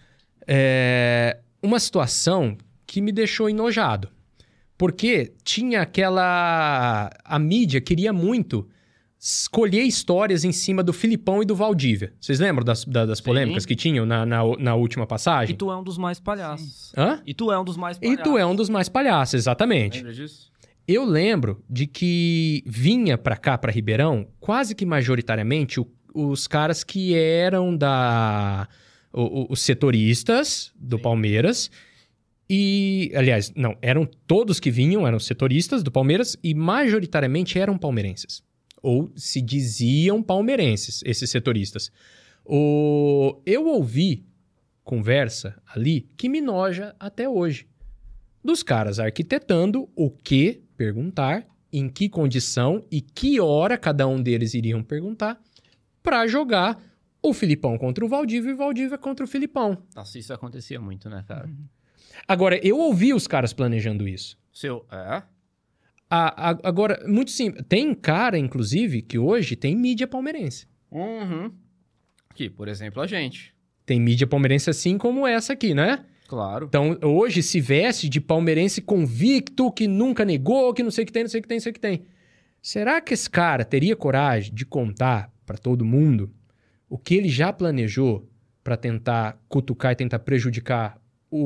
C: uma situação que me deixou enojado. Porque tinha a mídia queria muito escolher histórias em cima do Filipão e do Valdívia. Vocês lembram das polêmicas que tinham na última passagem?
B: E tu é um dos mais palhaços.
C: Hã?
B: E tu é um dos mais
C: palhaços. Exatamente.
B: Lembra disso?
C: Eu lembro de que vinha pra cá, pra Ribeirão, quase que majoritariamente os caras que eram os setoristas do Palmeiras. E, aliás, não, eram todos que vinham, eram setoristas do Palmeiras e majoritariamente eram palmeirenses. Ou se diziam palmeirenses, esses setoristas. Eu ouvi conversa ali que me noja até hoje. Dos caras arquitetando o que perguntar, em que condição e que hora cada um deles iriam perguntar para jogar o Filipão contra o Valdívia e o Valdívia contra o Filipão.
B: Nossa, isso acontecia muito, né, cara?
C: Agora, eu ouvi os caras planejando isso. Agora, muito simples. Tem cara, inclusive, que hoje tem mídia palmeirense.
B: Aqui, por exemplo, a gente.
C: Tem mídia palmeirense assim como essa aqui, né?
B: Claro.
C: Então, hoje se veste de palmeirense convicto, que nunca negou, que não sei o que tem, não sei o que tem, não sei o que tem. Será que esse cara teria coragem de contar pra todo mundo o que ele já planejou pra tentar cutucar e tentar prejudicar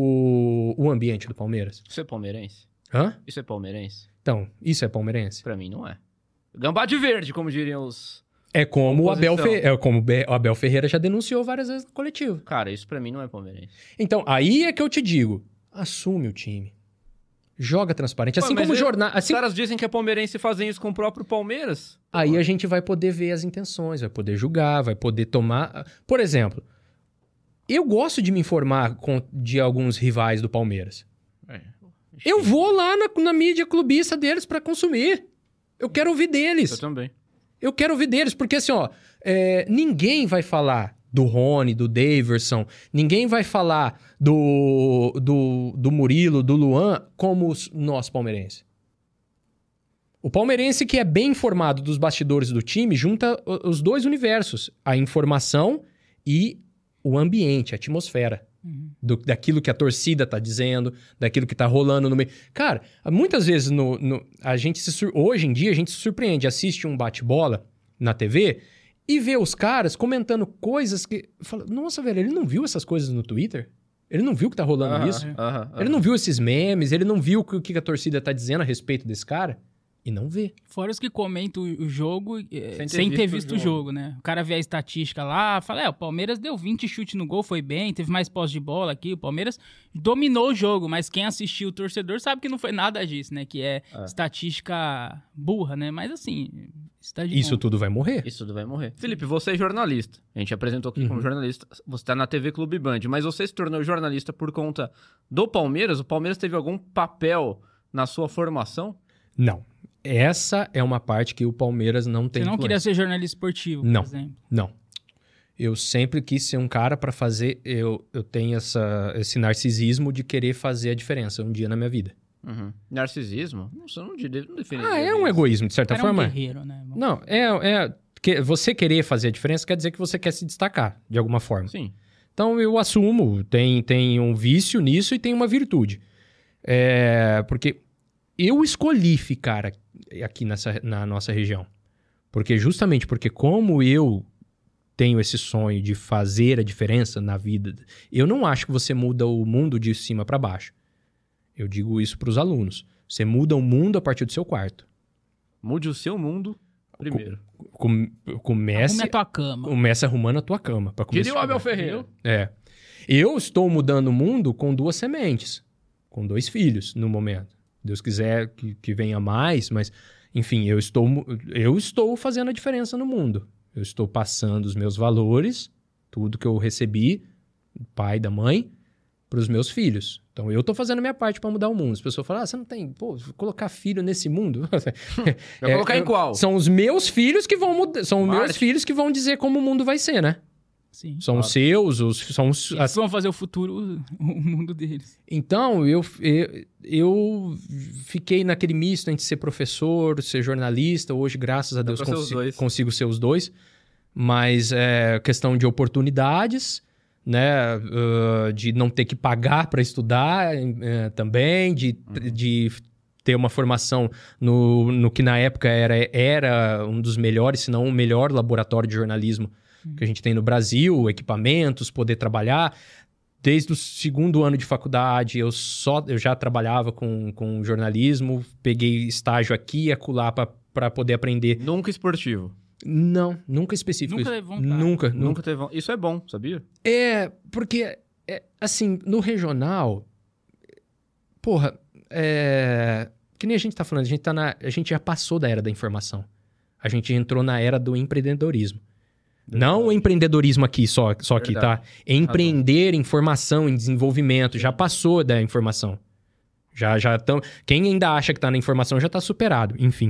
C: o ambiente do Palmeiras?
B: Isso é palmeirense?
C: Hã?
B: Isso é palmeirense?
C: Então, isso é palmeirense?
B: Pra mim não é. Gambá de verde, como diriam os...
C: É como o Abel Ferreira já denunciou várias vezes no coletivo.
B: Cara, isso pra mim não é palmeirense.
C: Então, aí é que eu te digo, assume o time. Joga transparente. Assim como jornal...
B: Os caras dizem que é palmeirense e fazem isso com o próprio Palmeiras.
C: Aí a gente vai poder ver as intenções, vai poder julgar, vai poder tomar... Por exemplo, eu gosto de me informar de alguns rivais do Palmeiras. Eu vou lá na mídia clubista deles pra consumir. Eu quero ouvir deles.
B: Eu também.
C: Eu quero ouvir deles, porque assim, ó... ninguém vai falar do Rony, do Daverson, ninguém vai falar do Murilo, do Luan, como nós palmeirenses. O palmeirense que é bem informado dos bastidores do time junta os dois universos. A informação e o ambiente, a atmosfera. Daquilo que a torcida tá dizendo, daquilo que tá rolando no meio. Cara, muitas vezes hoje em dia a gente se surpreende, assiste um bate-bola na TV e vê os caras comentando coisas que... Fala, nossa, velho, ele não viu essas coisas no Twitter? Ele não viu que tá rolando isso? Ele não viu esses memes? Ele não viu o que a torcida tá dizendo a respeito desse cara? E não vê.
A: Fora os que comentam o jogo sem ter visto o jogo, né? O cara vê a estatística lá, fala, o Palmeiras deu 20 chutes no gol, foi bem, teve mais posse de bola aqui, o Palmeiras dominou o jogo, mas quem assistiu o torcedor sabe que não foi nada disso, né? Que é estatística burra, né? Mas assim,
C: isso tudo vai morrer.
B: Isso tudo vai morrer. Felipe, você é jornalista. A gente apresentou aqui como jornalista. Você tá na TV Clube Band, mas você se tornou jornalista por conta do Palmeiras? O Palmeiras teve algum papel na sua formação?
C: Não. essa é uma parte que o Palmeiras não tem.
A: Você não queria ser jornalista esportivo, por exemplo?
C: Não. Eu sempre quis ser um cara para fazer... Eu tenho esse narcisismo de querer fazer a diferença um dia na minha vida.
B: Uhum. Narcisismo? Não define.
C: É um egoísmo, de certa forma.
A: É um guerreiro, né?
C: Não, você querer fazer a diferença quer dizer que você quer se destacar, de alguma forma.
B: Sim.
C: Então, eu assumo, tem um vício nisso e tem uma virtude. Porque eu escolhi ficar aqui na nossa região. Justamente porque como eu tenho esse sonho de fazer a diferença na vida, eu não acho que você muda o mundo de cima para baixo. Eu digo isso para os alunos. Você muda o mundo a partir do seu quarto.
B: Mude o seu mundo primeiro.
C: Comece...
A: Arrume a tua cama.
C: Comece arrumando a tua cama.
B: Queria o Abel Ferreira.
C: Eu estou mudando o mundo com 2 sementes. Com 2 filhos, no momento. Deus quiser que venha mais, mas... Enfim, eu estou fazendo a diferença no mundo. Eu estou passando os meus valores, tudo que eu recebi, do pai, da mãe, para os meus filhos. Então, eu estou fazendo a minha parte para mudar o mundo. As pessoas falam, você não tem... colocar filho nesse mundo?
B: Vai colocar em qual?
C: São os meus filhos que vão mudar. São os meus filhos que vão dizer como o mundo vai ser, né?
A: Sim.
C: São os seus,
A: Eles vão fazer o futuro, o mundo deles.
C: Então, eu fiquei naquele misto entre ser professor, ser jornalista. Hoje, graças a Deus, consigo ser os dois. Mas é questão de oportunidades, né? De não ter que pagar para estudar também, de ter uma formação no que na época era um dos melhores, se não o melhor laboratório de jornalismo que a gente tem no Brasil, equipamentos, poder trabalhar. Desde o 2º ano de faculdade, eu já trabalhava com jornalismo, peguei estágio aqui e acolá para poder aprender.
B: Nunca esportivo?
C: Não, nunca específico.
A: Nunca teve vontade?
C: Nunca
B: teve vontade. Isso é bom, sabia?
C: Porque, assim, no regional, porra, que nem a gente tá falando, a gente já passou da era da informação. A gente entrou na era do empreendedorismo. Verdade. Não o empreendedorismo aqui, só aqui, tá? Empreender em formação, em desenvolvimento, já passou da informação. Quem ainda acha que tá na informação já tá superado, enfim.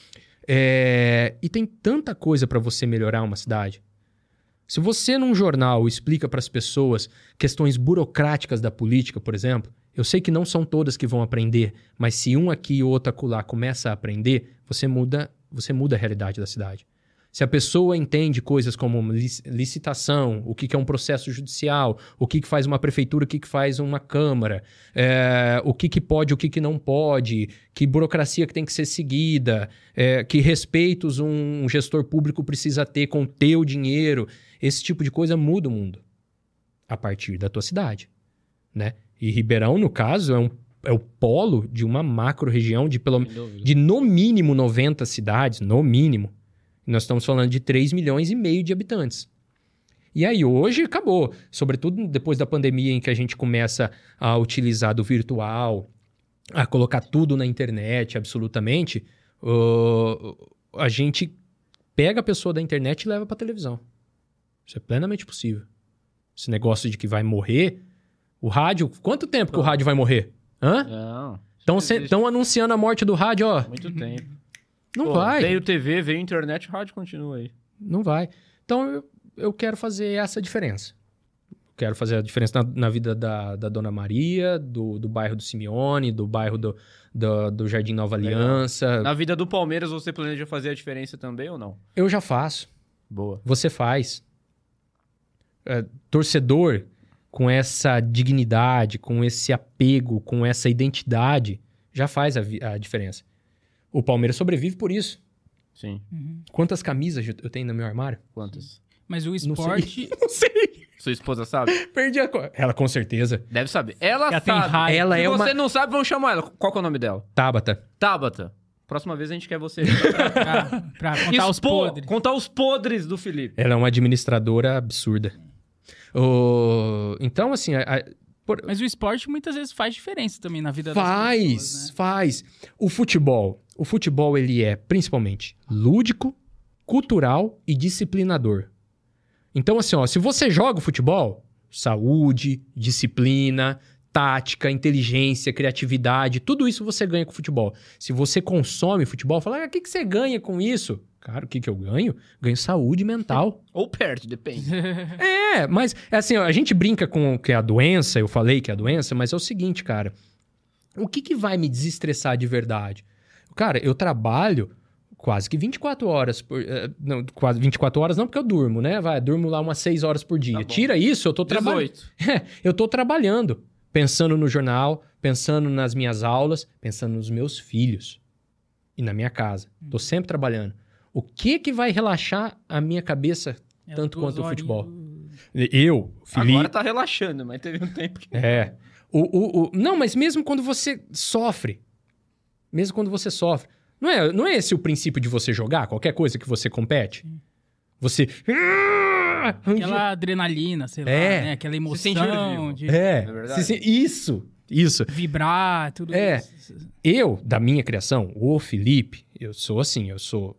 C: E tem tanta coisa para você melhorar uma cidade. Se você num jornal explica para as pessoas questões burocráticas da política, por exemplo, eu sei que não são todas que vão aprender, mas se um aqui e outro acolá começa a aprender, você muda a realidade da cidade. Se a pessoa entende coisas como licitação, o que é um processo judicial, o que faz uma prefeitura, o que faz uma câmara, o que pode, o que não pode, que burocracia que tem que ser seguida, que respeitos um gestor público precisa ter com o teu dinheiro, esse tipo de coisa muda o mundo a partir da tua cidade, né? E Ribeirão, no caso, é o polo de uma macro-região de no mínimo 90 cidades, no mínimo. Nós estamos falando de 3,5 milhões de habitantes. E aí hoje acabou. Sobretudo depois da pandemia em que a gente começa a utilizar do virtual, a colocar tudo na internet, absolutamente, a gente pega a pessoa da internet e leva para a televisão. Isso é plenamente possível. Esse negócio de que vai morrer... O rádio... Quanto tempo que o rádio vai morrer? Hã?
B: Não.
C: Estão anunciando a morte do rádio, ó.
B: Muito tempo.
C: Não vai.
B: Veio TV, veio internet, o rádio continua aí.
C: Não vai. Então, eu quero fazer essa diferença. Quero fazer a diferença na vida da Dona Maria, do bairro do Simeone, do bairro do Jardim Nova Aliança.
B: Na vida do Palmeiras, você planeja fazer a diferença também ou não?
C: Eu já faço.
B: Boa.
C: Você faz. Torcedor com essa dignidade, com esse apego, com essa identidade, já faz a diferença. O Palmeiras sobrevive por isso.
B: Sim.
A: Uhum.
C: Quantas camisas eu tenho no meu armário?
B: Quantas?
A: Mas o esporte...
C: Não sei.
B: Sua esposa sabe?
C: Perdi a cor. Ela com certeza.
B: Deve saber. Ela sabe.
A: Tem raiva.
C: Ela
B: Se
C: é
B: você não sabe, vamos chamar ela. Qual que é o nome dela?
C: Tabata.
B: Próxima vez a gente quer você.
A: pra contar os podres.
B: Contar os podres do Felipe.
C: Ela é uma administradora absurda. Então, assim...
A: Mas o esporte muitas vezes faz diferença também na vida das pessoas, né?
C: Faz. O futebol, ele é principalmente lúdico, cultural e disciplinador. Então, assim, ó, se você joga o futebol, saúde, disciplina, tática, inteligência, criatividade, tudo isso você ganha com futebol. Se você consome futebol, fala, o que você ganha com isso? Cara, o que eu ganho? Ganho saúde mental.
B: Ou perde, depende.
C: Mas assim, a gente brinca com que é a doença, eu falei que é a doença, mas é o seguinte, cara, o que vai me desestressar de verdade? Cara, eu trabalho quase que 24 horas não, quase 24 horas não, porque eu durmo, né? Durmo lá umas 6 horas por dia. Tá. Tira isso, eu tô trabalhando. Eu tô trabalhando. Pensando no jornal, pensando nas minhas aulas, pensando nos meus filhos e na minha casa. Tô sempre trabalhando. O que vai relaxar a minha cabeça tanto quanto o futebol? Eu, Felipe...
B: Agora tá relaxando, mas teve um tempo que...
C: Não, mas mesmo quando você sofre, não é esse o princípio de você jogar? Qualquer coisa que você compete? Você...
A: Aquela adrenalina, sei lá, né? Aquela emoção.
B: É verdade.
C: Isso.
A: Vibrar, tudo isso.
C: Eu, da minha criação, o Felipe, eu sou assim, eu sou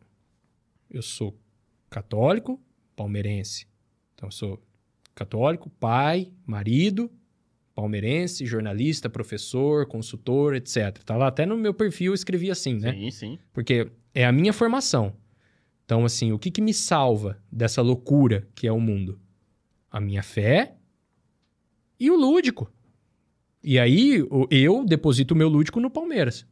C: católico, palmeirense. Então, eu sou católico, pai, marido, palmeirense, jornalista, professor, consultor, etc. Tá lá até no meu perfil eu escrevi assim, né?
B: Sim.
C: Porque é a minha formação. Então, assim, o que me salva dessa loucura que é o mundo? A minha fé e o lúdico. E aí, eu deposito o meu lúdico no Palmeiras.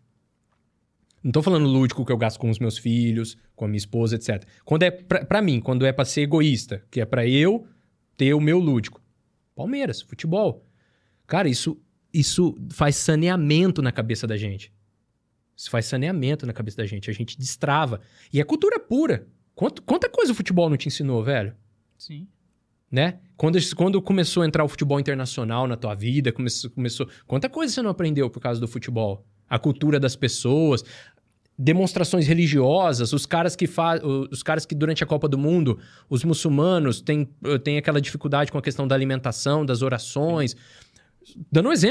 C: Não tô falando lúdico que eu gasto com os meus filhos, com a minha esposa, etc. Quando é pra mim, quando é pra ser egoísta, que é pra eu ter o meu lúdico. Palmeiras, futebol. Cara, isso faz saneamento na cabeça da gente. Isso faz saneamento na cabeça da gente. A gente destrava. E é cultura pura. Quanta coisa o futebol não te ensinou, velho?
A: Sim.
C: Né? Quando começou a entrar o futebol internacional na tua vida, começou... Quanta coisa você não aprendeu por causa do futebol? A cultura das pessoas, demonstrações religiosas, os caras que durante a Copa do Mundo, os muçulmanos têm aquela dificuldade com a questão da alimentação, das orações. Dando um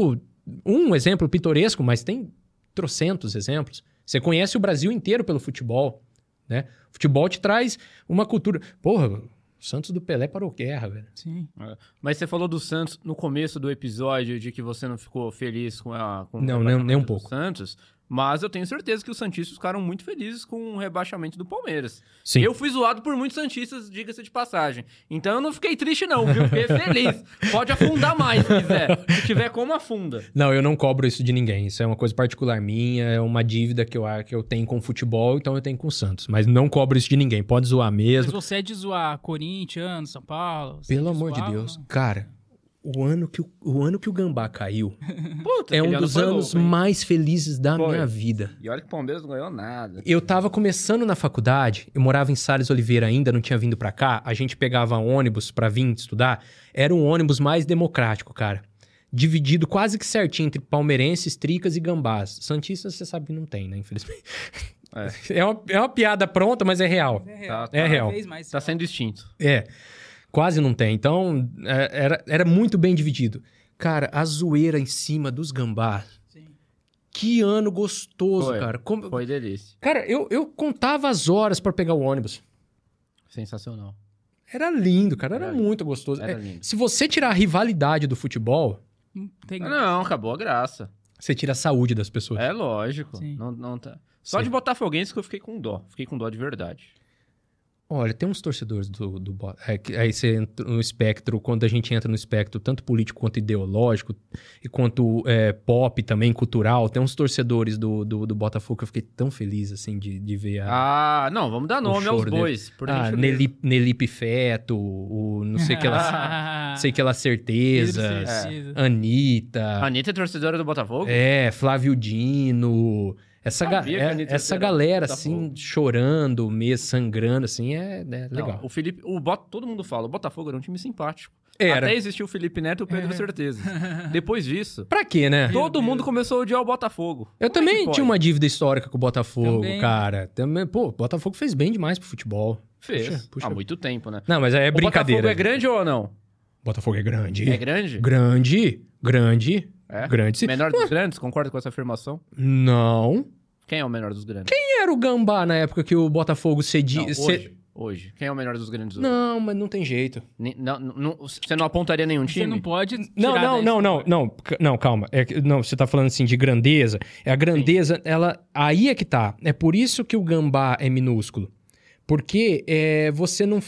C: exemplo pitoresco, mas tem trocentos exemplos. Você conhece o Brasil inteiro pelo futebol, né? O futebol te traz uma cultura... Porra, o Santos do Pelé parou guerra, velho.
A: Sim.
B: Mas você falou do Santos no começo do episódio, de que você não ficou feliz com
C: não, nem um pouco.
B: Santos, mas eu tenho certeza que os santistas ficaram muito felizes com o rebaixamento do Palmeiras.
C: Sim.
B: Eu fui zoado por muitos santistas, diga-se de passagem. Então eu não fiquei triste não, viu? Fiquei feliz. Pode afundar mais se quiser. Se tiver como, afunda.
C: Não, eu não cobro isso de ninguém. Isso é uma coisa particular minha, é uma dívida que eu tenho com o futebol, então eu tenho com o Santos. Mas não cobro isso de ninguém, pode zoar mesmo.
A: Mas você é de zoar Corinthians, São Paulo?
C: Pelo amor de Deus. Cara, o ano que o Gambá caiu
B: Puta,
C: é um dos anos mais felizes da minha vida.
B: E olha que o Palmeiras não ganhou nada.
C: Eu tava começando na faculdade, eu morava em Salles Oliveira ainda, não tinha vindo pra cá, a gente pegava ônibus pra vir estudar, era um ônibus mais democrático, cara. Dividido quase que certinho entre palmeirenses, tricas e gambás. Santistas você sabe que não tem, né, infelizmente. É uma piada pronta, mas é real. É real.
B: Tá sendo extinto.
C: Quase não tem. Então, era muito bem dividido. Cara, a zoeira em cima dos gambás.
A: Sim.
C: Que ano gostoso, cara.
B: Foi delícia.
C: Cara, eu contava as horas pra pegar o ônibus.
B: Sensacional.
C: Era lindo, cara. Era muito gostoso.
B: Era lindo.
C: Se você tirar a rivalidade do futebol...
B: Não, acabou a graça.
C: Você tira a saúde das pessoas.
B: É lógico.
A: Sim.
B: Não tá. Só de Botafoguense que eu fiquei com dó. Fiquei com dó de verdade.
C: Olha, tem uns torcedores do aí você entra no espectro, quando a gente entra no espectro, tanto político quanto ideológico, e quanto pop também, cultural, tem uns torcedores do Botafogo que eu fiquei tão feliz, assim, de ver
B: não, vamos dar nome aos bois.
C: Nelipe Feto, não sei que ela certeza, Anitta.
B: Anitta é torcedora do Botafogo?
C: Flávio Dino... Essa galera, assim, chorando, meio sangrando, assim, é legal.
B: O Felipe, todo mundo fala, o Botafogo era um time simpático.
C: Era.
B: Até existiu o Felipe Neto e o Pedro Certeza. Depois disso...
C: Pra quê, né?
B: Todo mundo começou a odiar o Botafogo.
C: Eu também tinha uma dívida histórica com o Botafogo, cara. Pô, o Botafogo fez bem demais pro futebol.
B: Fez. Há muito tempo, né?
C: Não, mas é brincadeira.
B: O Botafogo é grande ou não?
C: Botafogo é grande.
B: É grande?
C: Grande.
B: Grande, sim. Menor dos grandes? Concorda com essa afirmação?
C: Não.
B: Quem é o menor dos grandes?
C: Quem era o Gambá na época que o Botafogo cedia...
B: Não, hoje. hoje? Quem é o melhor dos grandes hoje?
C: Não, mas não tem jeito.
B: Você não apontaria nenhum time?
A: Você não pode
C: Não, calma. Você tá falando assim de grandeza. A grandeza, aí é que tá. É por isso que o gambá é minúsculo. Porque você não...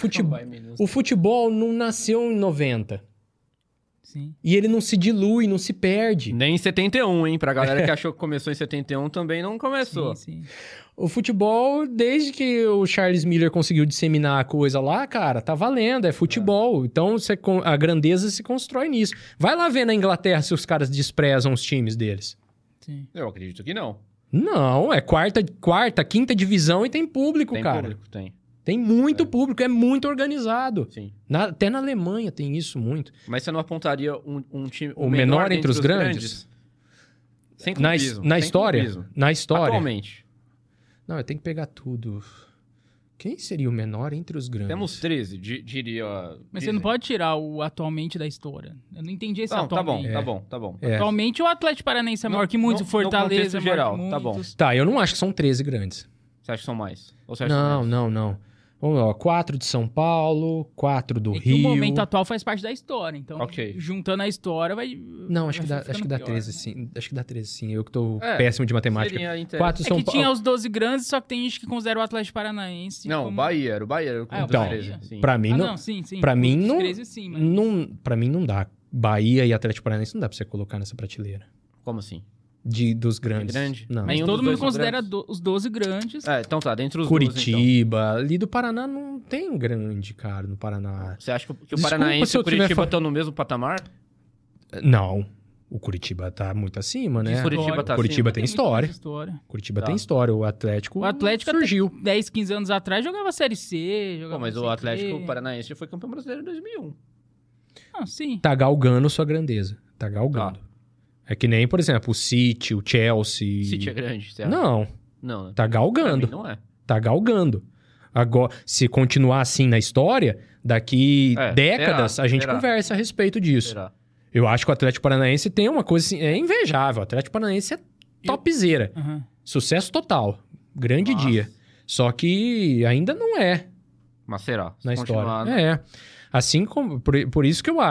C: O futebol não nasceu em 90.
A: Sim.
C: E ele não se dilui, não se perde.
B: Nem em 71, hein? Pra galera que achou que começou em 71, também não começou.
A: Sim.
C: O futebol, desde que o Charles Miller conseguiu disseminar a coisa lá, cara, tá valendo, é futebol. Então, a grandeza se constrói nisso. Vai lá ver na Inglaterra se os caras desprezam os times deles.
A: Sim.
B: Eu acredito que não.
C: Não, é quarta, quinta divisão e tem público, cara.
B: Tem público, tem.
C: Tem muito público, é muito organizado.
B: Sim.
C: Até na Alemanha tem isso muito.
B: Mas você não apontaria um time...
C: O menor entre os grandes?
B: Sem clubismo.
C: Na história?
B: Clubismo.
C: Na história?
B: Atualmente.
C: Não, eu tenho que pegar tudo. Quem seria o menor entre os grandes?
B: Temos 13, diria...
A: Mas você não pode tirar o atualmente da história. Eu não entendi esse atualmente.
B: Tá bom.
A: Atualmente o Atlético Paranaense é maior que muitos, o Fortaleza é maior
B: geral,
A: que
B: tá
A: muitos.
B: bom.
C: Tá, eu não acho que são 13 grandes.
B: Você acha que são mais? Ou você acha que são
C: Não,
B: menos?
C: não. Vamos lá, 4 de São Paulo, 4 do
A: É que
C: Rio.
A: o momento atual faz parte da história, então
B: Ok.
A: juntando a história vai...
C: Não, acho que dá
A: ficando
C: 13,
A: pior,
C: sim. Acho que dá 13, sim. Eu que tô péssimo de matemática.
B: Seria interessante.
C: 4 de
A: É
C: São
A: que
C: Paulo.
A: tinha os 12 grandes, só que tem gente que considera o Atlético Paranaense
B: Não,
A: como...
B: o Bahia era o
C: Então,
B: 13. Sim.
C: Pra mim não...
A: sim.
C: Pra mim
A: Os
C: não...
A: 13 sim, mas...
C: Pra mim não dá. Bahia e Atlético Paranaense não dá pra você colocar nessa prateleira.
B: Como assim?
C: Dos grandes.
B: Grande?
C: Não.
A: Mas
B: Nenhum
A: todo
B: dos
A: mundo
B: dois são
A: considera
B: grandes?
A: os 12 grandes.
B: Então tá, dentro dos 12, então.
C: Curitiba, ali do Paraná não tem grande, cara, no Paraná.
B: Você acha que o
C: Desculpa
B: Paranaense
C: se
B: e
C: eu
B: o Curitiba
C: tiver
B: estão no mesmo patamar?
C: Não. O Curitiba tá muito acima, né?
B: O Curitiba tá
C: Curitiba
B: acima?
C: tem
A: muito
C: história.
A: mais história.
C: Curitiba
B: Tá.
C: tem história. O Atlético surgiu.
A: Até 10, 15 anos atrás jogava Série C, jogava
B: Pô, mas
A: não
B: o
A: sei
B: Atlético
A: quê.
B: Paranaense já foi campeão brasileiro em 2001.
A: Ah, sim.
C: Tá galgando sua grandeza. Tá galgando.
B: Tá.
C: É que nem, por exemplo, o City, o Chelsea.
B: City é grande, você acha?
C: Não,
B: Não, né?
C: tá galgando.
B: Pra mim não é.
C: Tá galgando. Agora, se continuar assim na história, daqui décadas
B: será?
C: a gente
B: Será?
C: conversa a respeito disso.
B: Será?
C: Eu acho que o Atlético Paranaense tem uma coisa assim, é invejável. O Atlético Paranaense é topzera.
A: Aham.
C: Sucesso total. Grande
B: Nossa.
C: dia. Só que ainda não é
B: Mas será? Se
C: na
B: continuar-
C: história. É. Assim como... Por isso que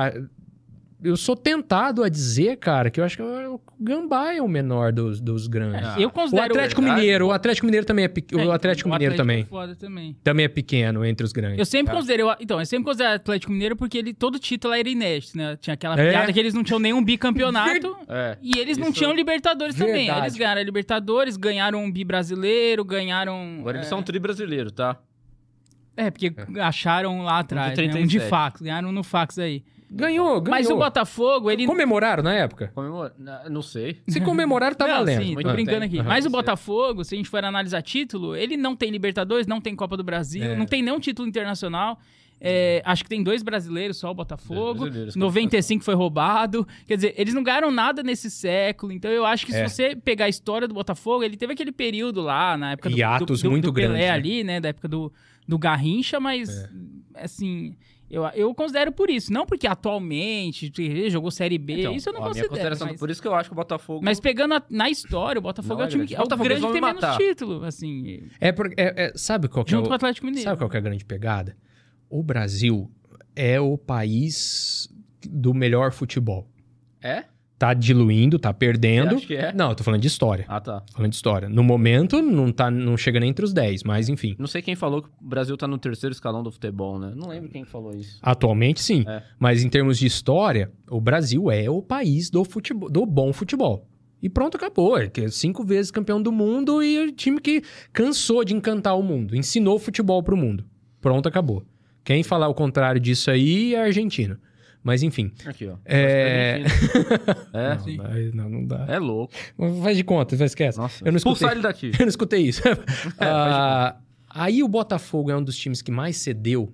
C: eu sou tentado a dizer, cara, que eu acho que o Gambá é o menor dos grandes.
A: Eu
C: O
A: considero...
C: Atlético Mineiro também é pequeno. O Atlético Mineiro também.
A: É foda também.
C: Também é pequeno entre os grandes.
A: Eu sempre considero... eu sempre considero o Atlético Mineiro porque todo título era inédito, né? Tinha aquela
C: É.
A: piada que eles não tinham nenhum bicampeonato.
B: É.
A: E eles não
B: Isso-
A: tinham Libertadores também.
C: Verdade.
A: Eles ganharam a Libertadores, ganharam um bi brasileiro, ganharam...
B: Agora eles são um tri brasileiro, tá?
A: porque acharam lá atrás,
B: de
A: né? Um de
B: 37.
A: fax, ganharam no fax aí.
C: Ganhou.
A: Mas o Botafogo, ele...
C: Comemoraram na época?
B: Não sei.
C: Se comemoraram, tá
A: Não,
C: valendo.
A: sim,
B: Muito
A: tô
B: bem.
A: brincando aqui.
C: Aham.
A: Mas o
B: Sei.
A: Botafogo, se a gente for analisar título, ele não tem Libertadores, não tem Copa do Brasil,
C: É.
A: não tem nenhum título internacional. Acho que tem 2 brasileiros só, o Botafogo.
B: 2 brasileiros,
A: 95 foi roubado. Quer dizer, eles não ganharam nada nesse século. Então eu acho que se você pegar a história do Botafogo, ele teve aquele período lá, na época
C: Hiatos
A: do
C: muito
A: Pelé
C: grandes, né?
A: ali, né? Da época do Garrincha, mas assim... Eu considero por isso. Não porque atualmente ele jogou Série B.
B: Então,
A: isso eu não
B: a minha
A: considero.
B: consideração,
A: Mas,
B: por isso que eu acho que o Botafogo...
A: mas pegando na história, o Botafogo
B: Não
A: é o time
B: é
A: que
B: grande.
A: é o
B: Botafogo,
A: grande
B: eles vão
A: que tem
B: me
A: menos
B: matar.
A: título, assim.
C: Sabe qual que é
A: Junto
C: o...
A: com o Atlético Mineiro.
C: Sabe qual que é a grande pegada? O Brasil é o país do melhor futebol.
B: É?
C: Tá diluindo, tá perdendo.
B: Você acha que é?
C: Não, eu tô falando de história.
B: Ah, tá.
C: Falando de história. No momento, não chega nem entre os 10, mas enfim.
B: Não sei quem falou que o Brasil tá no 3º escalão do futebol, né? Não lembro quem falou isso.
C: Atualmente, sim.
B: É.
C: Mas em termos de história, o Brasil é o país do futebol, do bom futebol. E pronto, acabou. É que é 5 vezes campeão do mundo e o time que cansou de encantar o mundo. Ensinou futebol pro mundo. Pronto, acabou. Quem falar o contrário disso aí é argentino. Mas enfim.
B: Aqui, ó.
C: É...
B: Não,
C: Não dá.
B: é louco.
C: Faz de conta, esquece.
B: Nossa,
C: eu não escutei.
B: expulsar ele daqui.
C: Eu não escutei isso. Aí o Botafogo é um dos times que mais cedeu.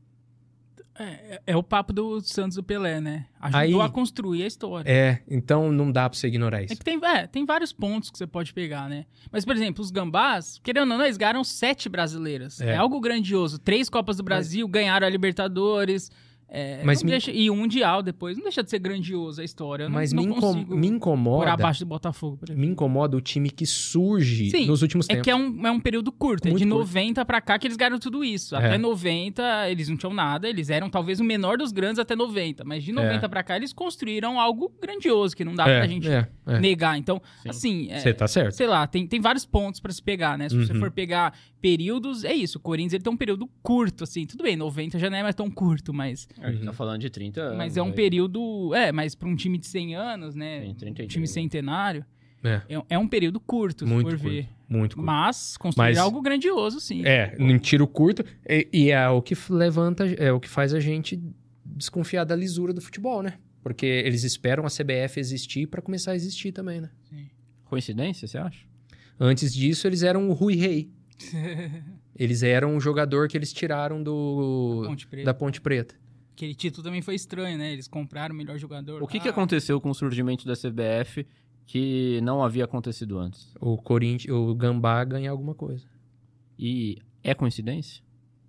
A: É o papo do Santos do Pelé, né? Ajudou
C: Aí-
A: a construir a história.
C: Então não dá pra você ignorar
A: É
C: isso.
A: que tem vários pontos que você pode pegar, né? Mas, por exemplo, os Gambás, querendo ou não, eles ganharam 7 brasileiras. É algo grandioso. 3 Copas do Brasil, ganharam a Libertadores. E o Mundial depois, não deixa de ser grandioso a história.
C: Mas me incomoda...
A: Por abaixo do Botafogo, por exemplo.
C: Me incomoda o time que surge nos últimos tempos.
A: Que é um período curto. Muito de 90 pra cá que eles ganharam tudo isso. Até 90 eles não tinham nada, eles eram talvez o menor dos grandes até 90. Mas de 90 pra cá eles construíram algo grandioso, que não dá pra gente negar. Então, assim...
C: Você tá certo.
A: Sei lá, tem vários pontos pra se pegar, né? Se você for pegar períodos, é isso. O Corinthians ele tem um período curto, assim. Tudo bem, 90 já não é mais tão curto, mas...
B: A gente tá falando de 30 anos.
A: Mas é um período... mas pra um time de 100 anos, né? Um time centenário... É um período curto,
C: muito
A: se for ver.
C: Muito curto.
A: Mas construir algo grandioso, sim.
C: Num tiro curto. E é o que levanta... É o que faz a gente desconfiar da lisura do futebol, né? Porque eles esperam a CBF existir pra começar a existir também, né?
B: Sim. Coincidência, você acha?
C: Antes disso, eles eram o Rui Rei. Eles eram o jogador que eles tiraram da Ponte Preta.
A: Aquele título também foi estranho, né? Eles compraram o melhor jogador.
B: O que aconteceu com o surgimento da CBF que não havia acontecido antes?
C: O Gambá ganha alguma coisa.
B: E é coincidência?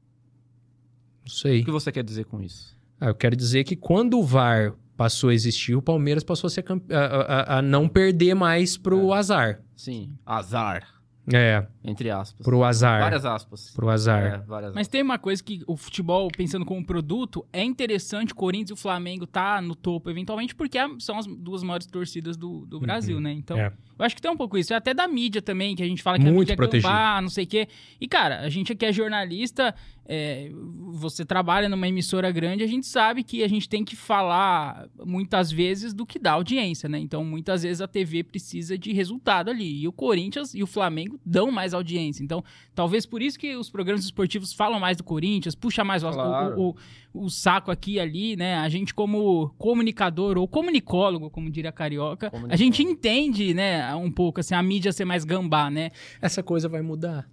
C: Não sei.
B: O que você quer dizer com isso?
C: Eu quero dizer que quando o VAR passou a existir, o Palmeiras passou a ser a não perder mais pro azar.
B: Sim, azar.
C: Entre
B: aspas.
C: Pro azar.
B: Várias aspas.
C: Pro azar.
A: Mas tem uma coisa que o futebol, pensando como produto, é interessante o Corinthians e o Flamengo tá no topo, eventualmente, porque são as duas maiores torcidas do Brasil, né? Então, eu acho que tem um pouco isso. Até da mídia também, que a gente fala que
C: muito
A: a mídia é gambá, não sei o quê. E, cara, a gente aqui é jornalista, você trabalha numa emissora grande, a gente sabe que a gente tem que falar, muitas vezes, do que dá audiência, né? Então, muitas vezes a TV precisa de resultado ali. E o Corinthians e o Flamengo dão mais audiência. Então, talvez por isso que os programas esportivos falam mais do Corinthians, puxa mais o saco aqui e ali, né? A gente como comunicador ou comunicólogo, como diria a Carioca, a gente entende, né, um pouco, assim, a mídia ser mais gambá, né?
C: Essa coisa vai mudar.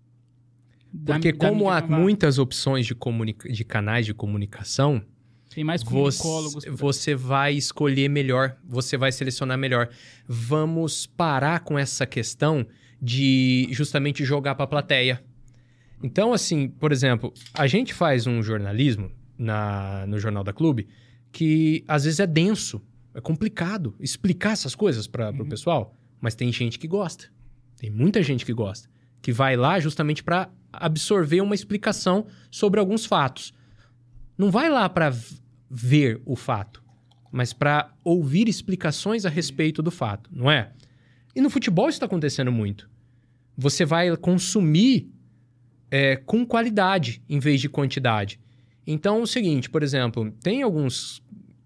C: Porque como há muitas opções de canais de comunicação...
A: Tem mais comunicólogos.
C: Você vai escolher melhor, você vai selecionar melhor. Vamos parar com essa questão de justamente jogar para a plateia. Então, assim, por exemplo, a gente faz um jornalismo no Jornal da Clube que às vezes é denso, é complicado explicar essas coisas para o pessoal, mas tem gente que gosta. Tem muita gente que gosta, que vai lá justamente para absorver uma explicação sobre alguns fatos. Não vai lá para ver o fato, mas para ouvir explicações a respeito do fato, não é? E no futebol isso está acontecendo muito. Você vai consumir com qualidade em vez de quantidade. Então, é o seguinte, por exemplo, tem alguns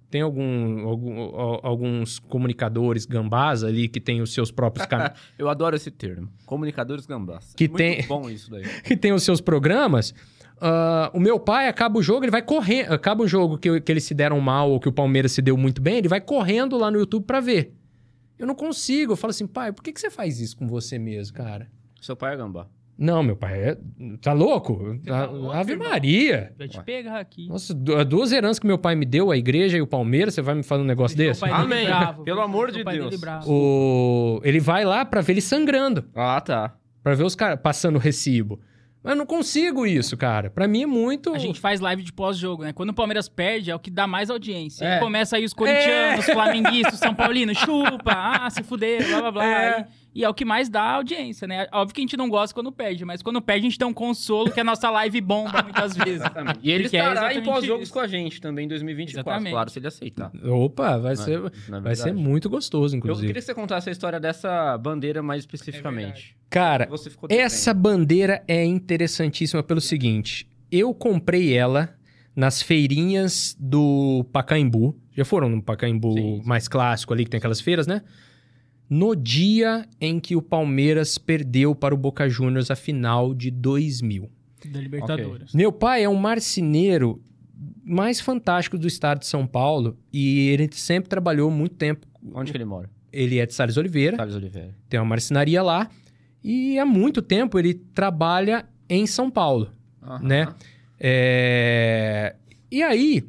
C: comunicadores gambás ali que têm os seus próprios canais.
B: Eu adoro esse termo, comunicadores gambás.
C: Muito
B: bom isso daí.
C: Que tem os seus programas. O meu pai acaba o jogo, ele vai correndo. Acaba um jogo que eles se deram mal ou que o Palmeiras se deu muito bem, ele vai correndo lá no YouTube pra ver. Eu não consigo. Eu falo assim, pai, por que você faz isso com você mesmo, cara?
B: Seu pai é gambá.
C: Não, meu pai tá louco? Ave Maria.
A: Vai te pegar aqui.
C: Nossa, 2 heranças que meu pai me deu, a igreja e o Palmeiras, você vai me falar um negócio desse?
B: Amém. Pelo amor de Deus.
C: Ele vai lá pra ver ele sangrando.
B: Ah, tá.
C: Pra ver os caras passando recibo. Mas eu não consigo isso, cara. Pra mim é muito...
A: A gente faz live de pós-jogo, né? Quando o Palmeiras perde, é o que dá mais audiência. Aí começa aí os corintianos, flamenguistas, São Paulinos, chupa, se fuder, blá, blá, blá. E é o que mais dá audiência, né? Óbvio que a gente não gosta quando perde, mas quando perde a gente tem um consolo que a nossa live bomba muitas vezes.
B: Exatamente. E ele estará em pós-jogos com a gente também em 2024, exatamente. Claro, se ele aceitar.
C: Opa, vai ser muito gostoso, inclusive.
B: Eu queria que você contasse a história dessa bandeira mais especificamente.
C: Cara, essa bandeira é interessantíssima pelo seguinte. Eu comprei ela nas feirinhas do Pacaembu. Já foram no Pacaembu mais clássico ali, que tem aquelas feiras, né? No dia em que o Palmeiras perdeu para o Boca Juniors a final de 2000.
A: Da Libertadores.
C: Okay. Meu pai é um marceneiro mais fantástico do estado de São Paulo e ele sempre trabalhou muito tempo.
B: Onde que ele mora?
C: Ele é de Salles Oliveira.
B: Salles Oliveira.
C: Tem uma marcenaria lá e há muito tempo ele trabalha em São Paulo, né? E aí,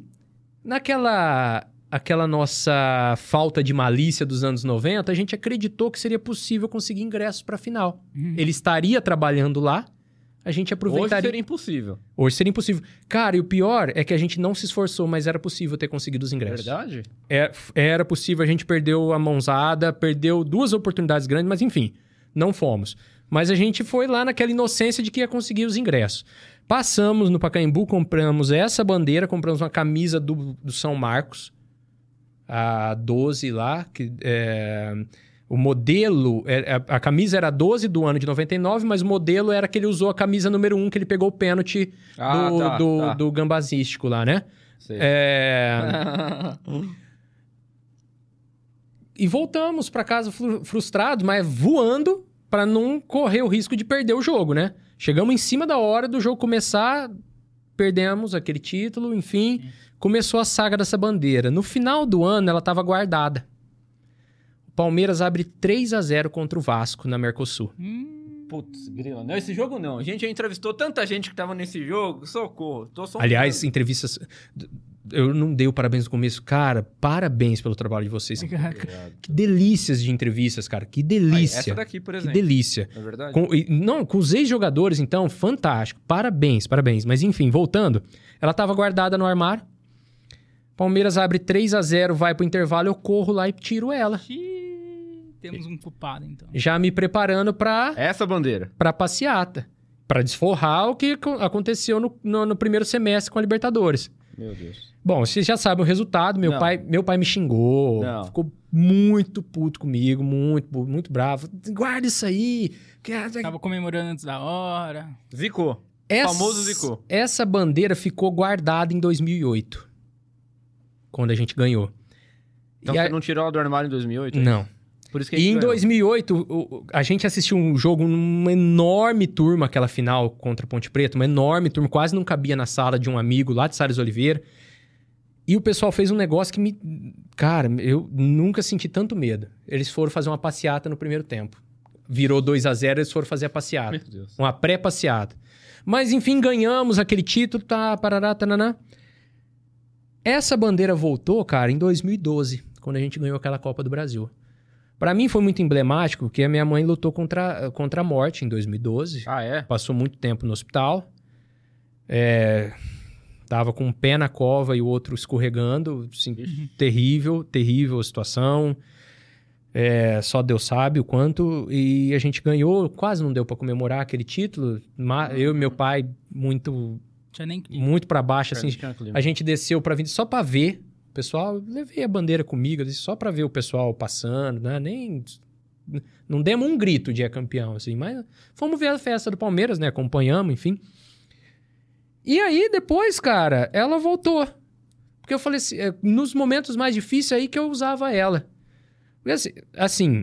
C: aquela nossa falta de malícia dos anos 90, a gente acreditou que seria possível conseguir ingressos para a final. Ele estaria trabalhando lá, a gente aproveitaria...
B: Hoje seria impossível.
C: Hoje seria impossível. Cara, e o pior é que a gente não se esforçou, mas era possível ter conseguido os ingressos.
B: Verdade?
C: Era possível, a gente perdeu a mãozada, perdeu 2 oportunidades grandes, mas enfim, não fomos. Mas a gente foi lá naquela inocência de que ia conseguir os ingressos. Passamos no Pacaembu, compramos essa bandeira, compramos uma camisa do São Marcos, a 12 lá, que o modelo, a camisa era 12 do ano de 99, mas o modelo era que ele usou a camisa número 1, que ele pegou o pênalti do gambazístico lá, né?
B: Sei.
C: E voltamos para casa frustrados, mas voando para não correr o risco de perder o jogo, né? Chegamos em cima da hora do jogo começar, perdemos aquele título, enfim, começou a saga dessa bandeira. No final do ano, ela estava guardada. Palmeiras abre 3-0 contra o Vasco na Mercosul.
B: Putz, grila. Não, esse jogo não. A gente já entrevistou tanta gente que tava nesse jogo. Socorro.
C: Aliás, entrevistas... Eu não dei o parabéns no começo. Cara, parabéns pelo trabalho de vocês. Que delícias de entrevistas, cara. Que delícia.
B: Essa daqui, por exemplo.
C: Que delícia.
B: É verdade?
C: Com os ex-jogadores, então, fantástico. Parabéns. Mas enfim, voltando. Ela tava guardada no armário. Palmeiras abre 3-0, vai pro intervalo. Eu corro lá e tiro ela.
A: Temos um culpado, então.
C: Já me preparando pra...
B: Essa bandeira.
C: Pra passeata. Pra desforrar o que aconteceu no primeiro semestre com a Libertadores.
B: Meu Deus.
C: Bom, vocês já sabem o resultado. Meu pai me xingou.
B: Não.
C: Ficou muito puto comigo. Muito bravo. Guarda isso aí.
A: Tava comemorando antes da hora.
B: Zicou. Famoso zicou.
C: Essa bandeira ficou guardada em 2008. Quando a gente ganhou.
B: Então você não tirou ela do armário em 2008?
C: Não.
B: Por isso que
C: em 2008, a gente assistiu um jogo numa enorme turma, aquela final contra a Ponte Preta, uma enorme turma, quase não cabia na sala de um amigo lá de Salles Oliveira. E o pessoal fez um negócio que me... Cara, eu nunca senti tanto medo. Eles foram fazer uma passeata no primeiro tempo. Virou 2-0, eles foram fazer a passeata.
B: Meu Deus.
C: Uma pré-passeata. Mas, enfim, ganhamos aquele título, parará, tananã. Essa bandeira voltou, cara, em 2012, quando a gente ganhou aquela Copa do Brasil. Pra mim foi muito emblemático, porque a minha mãe lutou contra a morte em 2012.
B: Ah, é?
C: Passou muito tempo no hospital. Tava com um pé na cova e o outro escorregando. Assim, terrível a situação. Só Deus sabe o quanto. E a gente ganhou, quase não deu pra comemorar aquele título. Eu e meu pai, muito pra baixo, assim. A gente desceu pra vir só pra ver. Pessoal, levei a bandeira comigo, só pra ver o pessoal passando, né? Não demos um grito de campeão, assim, mas fomos ver a festa do Palmeiras, né? Acompanhamos, enfim. E aí, depois, cara, ela voltou. Porque eu falei assim, nos momentos mais difíceis aí que eu usava ela. Porque assim,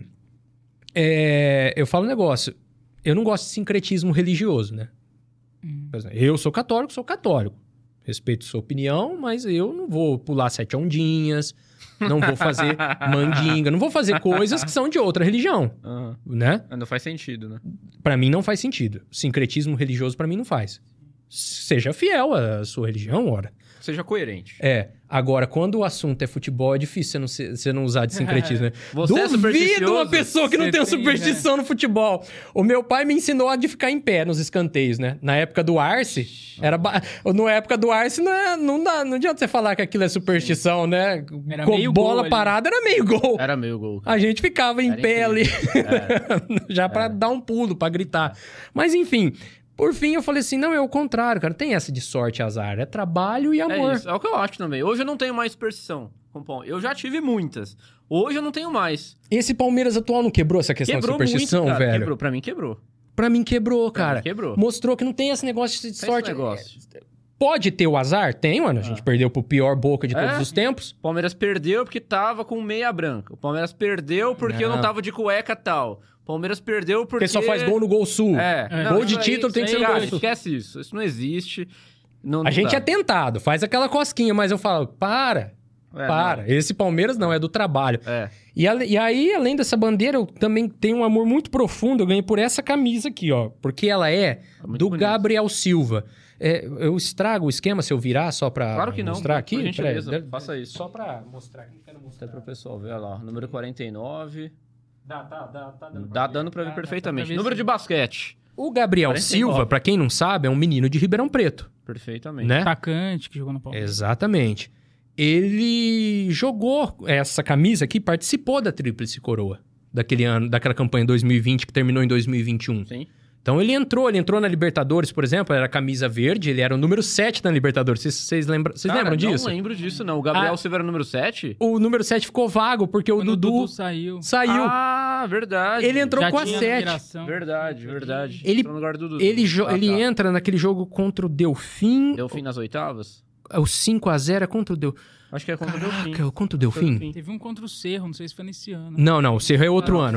C: eu falo um negócio, eu não gosto de sincretismo religioso, né? Por exemplo, eu sou católico. Respeito sua opinião, mas eu não vou pular 7 ondinhas, não vou fazer mandinga, não vou fazer coisas que são de outra religião, né?
B: Não faz sentido, né?
C: Pra mim não faz sentido. Sincretismo religioso pra mim não faz. Seja fiel à sua religião, ora.
B: Seja coerente.
C: Agora, quando o assunto é futebol, é difícil você não usar de sincretismo, né?
B: Você
C: Duvido uma pessoa que não tem superstição no futebol. O meu pai me ensinou a de ficar em pé nos escanteios, né? Na época do Arce, na época do Arce, não adianta você falar que aquilo é superstição, né?
A: Era
C: Com
A: meio
C: bola
A: gol
C: parada era meio gol.
B: Era meio gol.
C: A gente ficava em pé ali, já pra dar um pulo, pra gritar. Mas enfim... Por fim, eu falei assim, não, é o contrário, cara. Tem essa de sorte e azar. É trabalho e amor.
B: É o que eu acho também. Hoje eu não tenho mais superstição. Eu já tive muitas. Hoje eu não tenho mais.
C: Esse Palmeiras atual não quebrou essa questão de superstição,
B: muito, cara.
C: velho?
B: Quebrou. Pra mim, quebrou.
C: Pra mim, quebrou, cara.
B: Quebrou.
C: Mostrou que não tem esse negócio de sorte.
B: Esse negócio.
C: Pode ter o azar? Tem, mano. A gente perdeu pro pior Boca de todos os tempos.
B: O Palmeiras perdeu porque tava com meia branca. O Palmeiras perdeu porque eu não tava de cueca tal. Palmeiras perdeu porque
C: só faz gol no Gol Sul. Gol de título tem que ser no Gol Sul.
B: Esquece isso. Isso não existe.
C: A gente é tentado. Faz aquela cosquinha, mas eu falo, para. Não. Esse Palmeiras não, é do trabalho. E aí, além dessa bandeira, eu também tenho um amor muito profundo. Eu ganhei por essa camisa aqui, ó. Porque ela é do bonito. Gabriel Silva. Eu estrago o esquema se eu virar só pra
B: claro que não,
C: mostrar aqui?
B: Por gentileza, faça isso.
C: Só pra mostrar aqui. Quero mostrar
B: pro pessoal ver, olha lá. Número 49...
C: Tá
B: dando pra ver perfeitamente. Número de basquete.
C: O Gabriel
B: 49.
C: Silva, pra quem não sabe, é um menino de Ribeirão Preto.
B: Perfeitamente.
C: Né?
A: Atacante que jogou no Palmeiras.
C: Exatamente. Ele jogou essa camisa aqui, participou da Tríplice Coroa. Daquele ano, daquela campanha 2020 que terminou em 2021.
B: Sim.
C: Então ele entrou na Libertadores, por exemplo, era a camisa verde, ele era o número 7 na Libertadores. Vocês lembram disso?
B: Não lembro disso, não. O Gabriel Silva era o número 7?
C: O número 7 ficou vago, porque o Dudu
A: saiu.
C: Ah,
B: verdade.
C: Ele entrou com a 7.
B: Verdade.
C: Ele,
B: no lugar do Dudu.
C: ele entra naquele jogo contra o Delfim.
B: Delfim nas oitavas?
C: O 5x0 é contra o Delfim.
B: Acho que é contra o Delfim.
C: Caraca, contra o Delfim?
A: Teve um contra o Cerro, não sei se foi nesse ano.
C: Não, o Cerro é outro ano.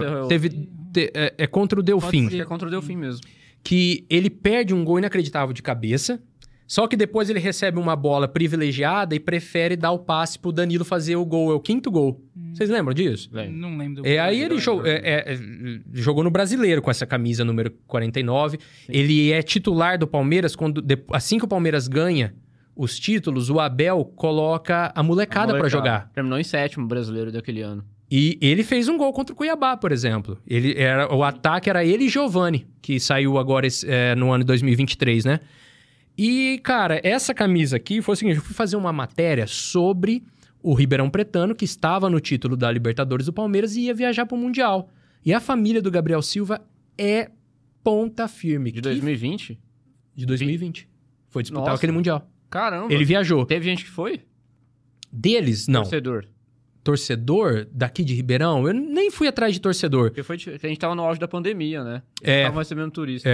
C: É contra o Delfim.
B: Acho que é contra o Delfim mesmo.
C: Que ele perde um gol inacreditável de cabeça, só que depois ele recebe uma bola privilegiada e prefere dar o passe pro Danilo fazer o gol. É o 5º gol. Vocês lembram disso?
A: Não lembro.
C: Aí ele jogou no Brasileiro com essa camisa número 49. Sim. Ele é titular do Palmeiras. Assim que o Palmeiras ganha os títulos, o Abel coloca a molecada pra jogar.
B: Terminou em 7º brasileiro daquele ano.
C: E ele fez um gol contra o Cuiabá, por exemplo. O ataque era ele e Giovani, que saiu agora no ano de 2023, né? E, cara, essa camisa aqui foi o seguinte, eu fui fazer uma matéria sobre o Ribeirão Pretano, que estava no título da Libertadores do Palmeiras e ia viajar pro Mundial. E a família do Gabriel Silva é ponta firme.
B: De 2020?
C: De 2020. Foi disputar aquele Mundial.
B: Caramba.
C: Ele viajou.
B: Teve gente que foi?
C: Deles, não.
B: Torcedor
C: daqui de Ribeirão? Eu nem fui atrás de torcedor.
B: Porque a gente tava no auge da pandemia, né? Tava recebendo turista.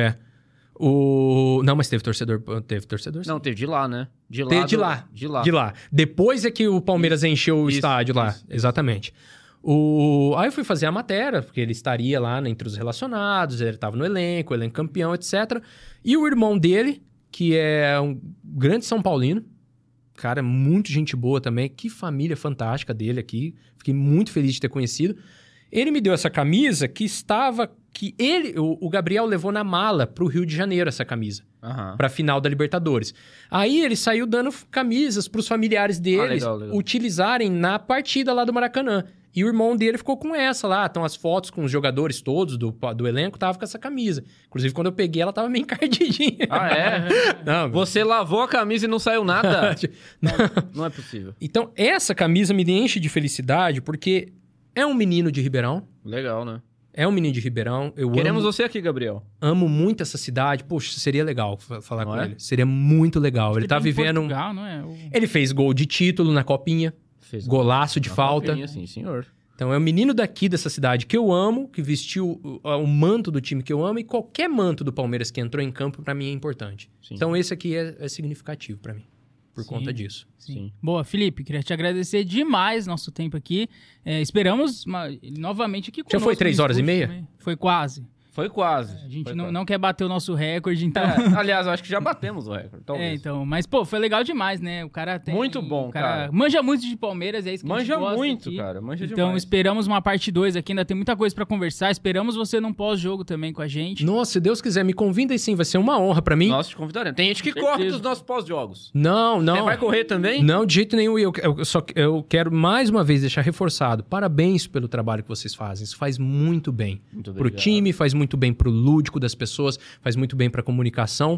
C: Não, mas teve torcedor. Teve torcedor, sim.
B: Não, teve de lá, né? De lá. Depois é que o Palmeiras encheu o estádio lá. Isso. Exatamente. Aí eu fui fazer a matéria, porque ele estaria lá entre os relacionados, ele estava no elenco campeão, etc. E o irmão dele, que é um grande São Paulino, cara, muito gente boa também. Que família fantástica dele aqui. Fiquei muito feliz de ter conhecido. Ele me deu essa camisa o Gabriel levou na mala pro Rio de Janeiro essa camisa. Pra final da Libertadores. Aí ele saiu dando camisas pros familiares deles legal. Utilizarem na partida lá do Maracanã. E o irmão dele ficou com essa lá. Estão as fotos com os jogadores todos do elenco, tava com essa camisa. Inclusive, quando eu peguei, ela tava meio encardidinha. Ah, é? Não, você lavou a camisa e não saiu nada? Não é possível.
C: Então, essa camisa me enche de felicidade, porque é um menino de Ribeirão.
B: Legal, né?
C: É um menino de Ribeirão.
B: Queremos você aqui, Gabriel.
C: Amo muito essa cidade. Poxa, seria legal falar com ele. Seria muito legal. Ele tá vivendo...
A: Portugal, não é?
C: Ele fez gol de título na Copinha. Golaço de falta.
B: Copinha, sim, senhor.
C: Então é um menino daqui dessa cidade que eu amo, que vestiu o manto do time que eu amo, e qualquer manto do Palmeiras que entrou em campo, pra mim, é importante. Sim. Então esse aqui é significativo pra mim. Por conta disso.
A: Sim. Boa, Felipe, queria te agradecer demais nosso tempo aqui. Esperamos novamente aqui conosco.
C: Já foi 3 horas e meia?
A: Também. Foi quase.
B: Foi quase.
A: A gente não quer bater o nosso recorde, então...
B: aliás, eu acho que já batemos o recorde, talvez.
A: Então. Mas, pô, foi legal demais, né? O cara tem...
B: Muito bom, cara.
A: Manja muito de Palmeiras, é isso que a gente gosta
B: Manja muito,
A: aqui.
B: cara. Manja
A: então,
B: demais.
A: esperamos uma parte 2 aqui, ainda tem muita coisa pra conversar. Esperamos você num pós-jogo também com a gente.
C: Nossa, se Deus quiser, me convida aí sim, vai ser uma honra pra mim.
B: Nós te convidaremos. Tem gente que corre dos nossos pós-jogos.
C: Não.
B: Você vai correr também?
C: Não, de jeito nenhum. Eu quero mais uma vez deixar reforçado. Parabéns pelo trabalho que vocês fazem. Isso faz muito bem pro time, faz muito bem pro lúdico das pessoas, faz muito bem pra comunicação.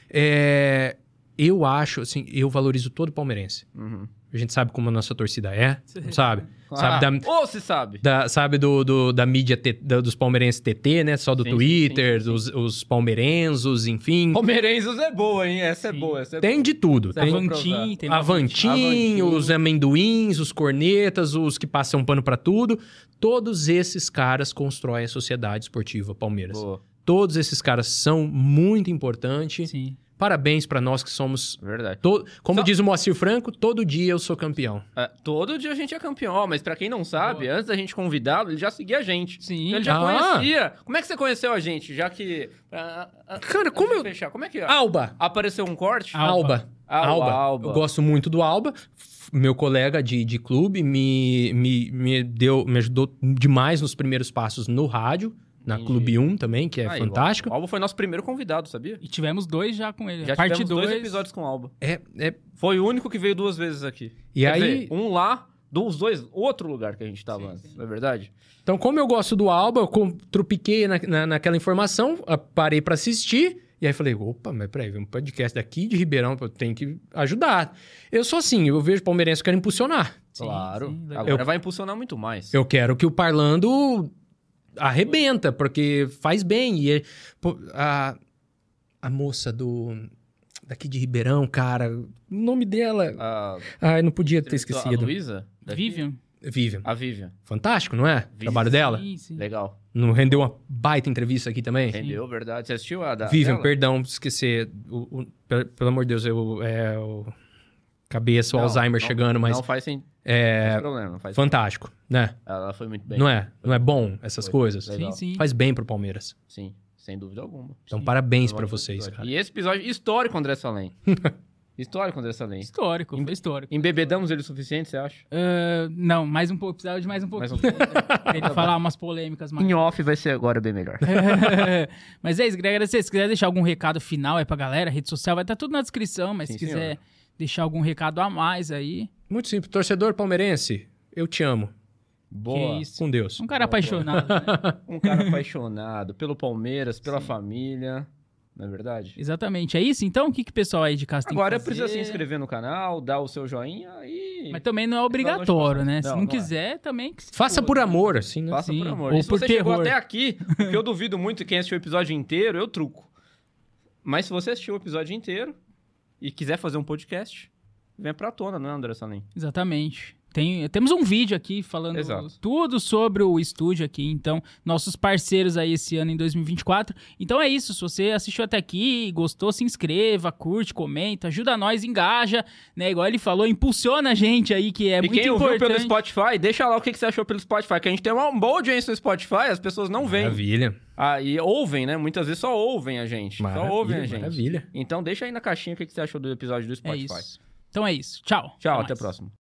C: Eu acho, assim, eu valorizo todo palmeirense.
B: Uhum.
C: A gente sabe como a nossa torcida sabe?
B: Se sabe.
C: Sabe da mídia dos palmeirenses TT, né? Só do Twitter, sim. Os palmeirenzos, enfim.
B: Palmeirenzos é boa, hein? Essa é boa.
C: Tem de tudo.
A: Tem
C: Avantim, os amendoins, os cornetas, os que passam pano pra tudo. Todos esses caras constroem a Sociedade Esportiva Palmeiras.
B: Boa.
C: Todos esses caras são muito importantes.
A: Sim.
C: Parabéns pra nós que somos...
B: Verdade.
C: Como diz o Moacir Franco, todo dia eu sou campeão.
B: Todo dia a gente é campeão. Mas pra quem não sabe, antes da gente convidá-lo, ele já seguia a gente.
A: Sim.
B: Então ele já conhecia. Como é que você conheceu a gente? Já que...
C: Cara, como eu...
B: Fechar, como é que...
C: Alba.
B: Apareceu um corte?
C: Alba. Eu gosto muito do Alba. Meu colega de clube me ajudou demais nos primeiros passos no rádio. Na Clube 1 também, que é fantástico.
B: O Alba foi nosso primeiro convidado, sabia?
A: E tivemos 2 já com ele.
B: Já tivemos 2 episódios com o Alba. Foi o único que veio 2 vezes aqui.
C: E aí...
B: um lá dos dois, outro lugar que a gente tava antes, não é verdade?
C: Então, como eu gosto do Alba, eu trupiquei naquela informação, parei pra assistir, e aí falei, opa, mas peraí, um podcast daqui de Ribeirão, eu tenho que ajudar. Eu sou assim, eu vejo palmeirense que quero impulsionar.
B: Claro, agora vai impulsionar muito mais.
C: Eu quero que o Parlando arrebenta, porque faz bem. E a moça daqui de Ribeirão, cara, o nome dela... não podia ter esquecido.
B: A Luísa?
A: Vivian.
B: A Vivian.
C: Fantástico, não é? O trabalho dela.
A: Sim.
B: Legal.
C: Não rendeu uma baita entrevista aqui também?
B: Rendeu, verdade. Você assistiu a da
C: Vivian,
B: dela?
C: perdão, esquecer. Pelo amor de Deus, o cabeça, o Alzheimer chegando, mas...
B: Não faz problema. Não faz
C: fantástico, né?
B: Ela foi muito bem.
C: Não é? Não é bom essas coisas?
A: Sim.
C: Faz bem pro Palmeiras.
B: Sim, sem dúvida alguma.
C: Então, parabéns pra vocês, cara.
B: E esse episódio histórico, André Salem. Histórico, André Salem.
A: Histórico, foi histórico.
B: Embebedamos ele o suficiente, você acha?
A: Não, mais um pouco. Precisava de mais um pouquinho. Pra ele falar umas polêmicas mais.
B: Em off vai ser agora bem melhor.
A: Mas é isso, queria agradecer. Se quiser deixar algum recado final aí pra galera, rede social vai estar tudo na descrição, mas se quiser deixar algum recado a mais aí...
C: Muito simples. Torcedor palmeirense, eu te amo.
B: Boa.
C: Com Deus.
A: Um cara apaixonado, né?
B: Um cara apaixonado pelo Palmeiras, pela família... Não é verdade?
A: Exatamente. É isso, então? O que o pessoal aí de casa tem que fazer?
B: Agora precisa se inscrever no canal, dar o seu joinha e...
A: Mas também não é obrigatório, né? Se não quiser, também...
C: Faça por amor, assim, né?
B: Faça por amor.
A: Ou
B: e se
A: por
B: você
A: terror.
B: chegou até aqui, porque eu duvido muito quem assistiu o episódio inteiro, eu truco. Mas se você assistiu o episódio inteiro e quiser fazer um podcast, vem pra tona, não é, André Salem?
A: Exatamente. Temos um vídeo aqui falando tudo sobre o estúdio aqui, então, nossos parceiros aí esse ano em 2024. Então é isso, se você assistiu até aqui, gostou, se inscreva, curte, comenta, ajuda nós, engaja, né? Igual ele falou, impulsiona a gente aí, que é muito importante. E quem ouviu
B: pelo Spotify, deixa lá o que você achou pelo Spotify, que a gente tem uma boa audiência no Spotify, as pessoas não veem.
C: Maravilha.
B: E ouvem, né? Muitas vezes só ouvem a gente.
C: Maravilha.
B: Então deixa aí na caixinha o que você achou do episódio do Spotify.
A: É isso. Então é isso. Tchau.
B: Tchau, até a próxima.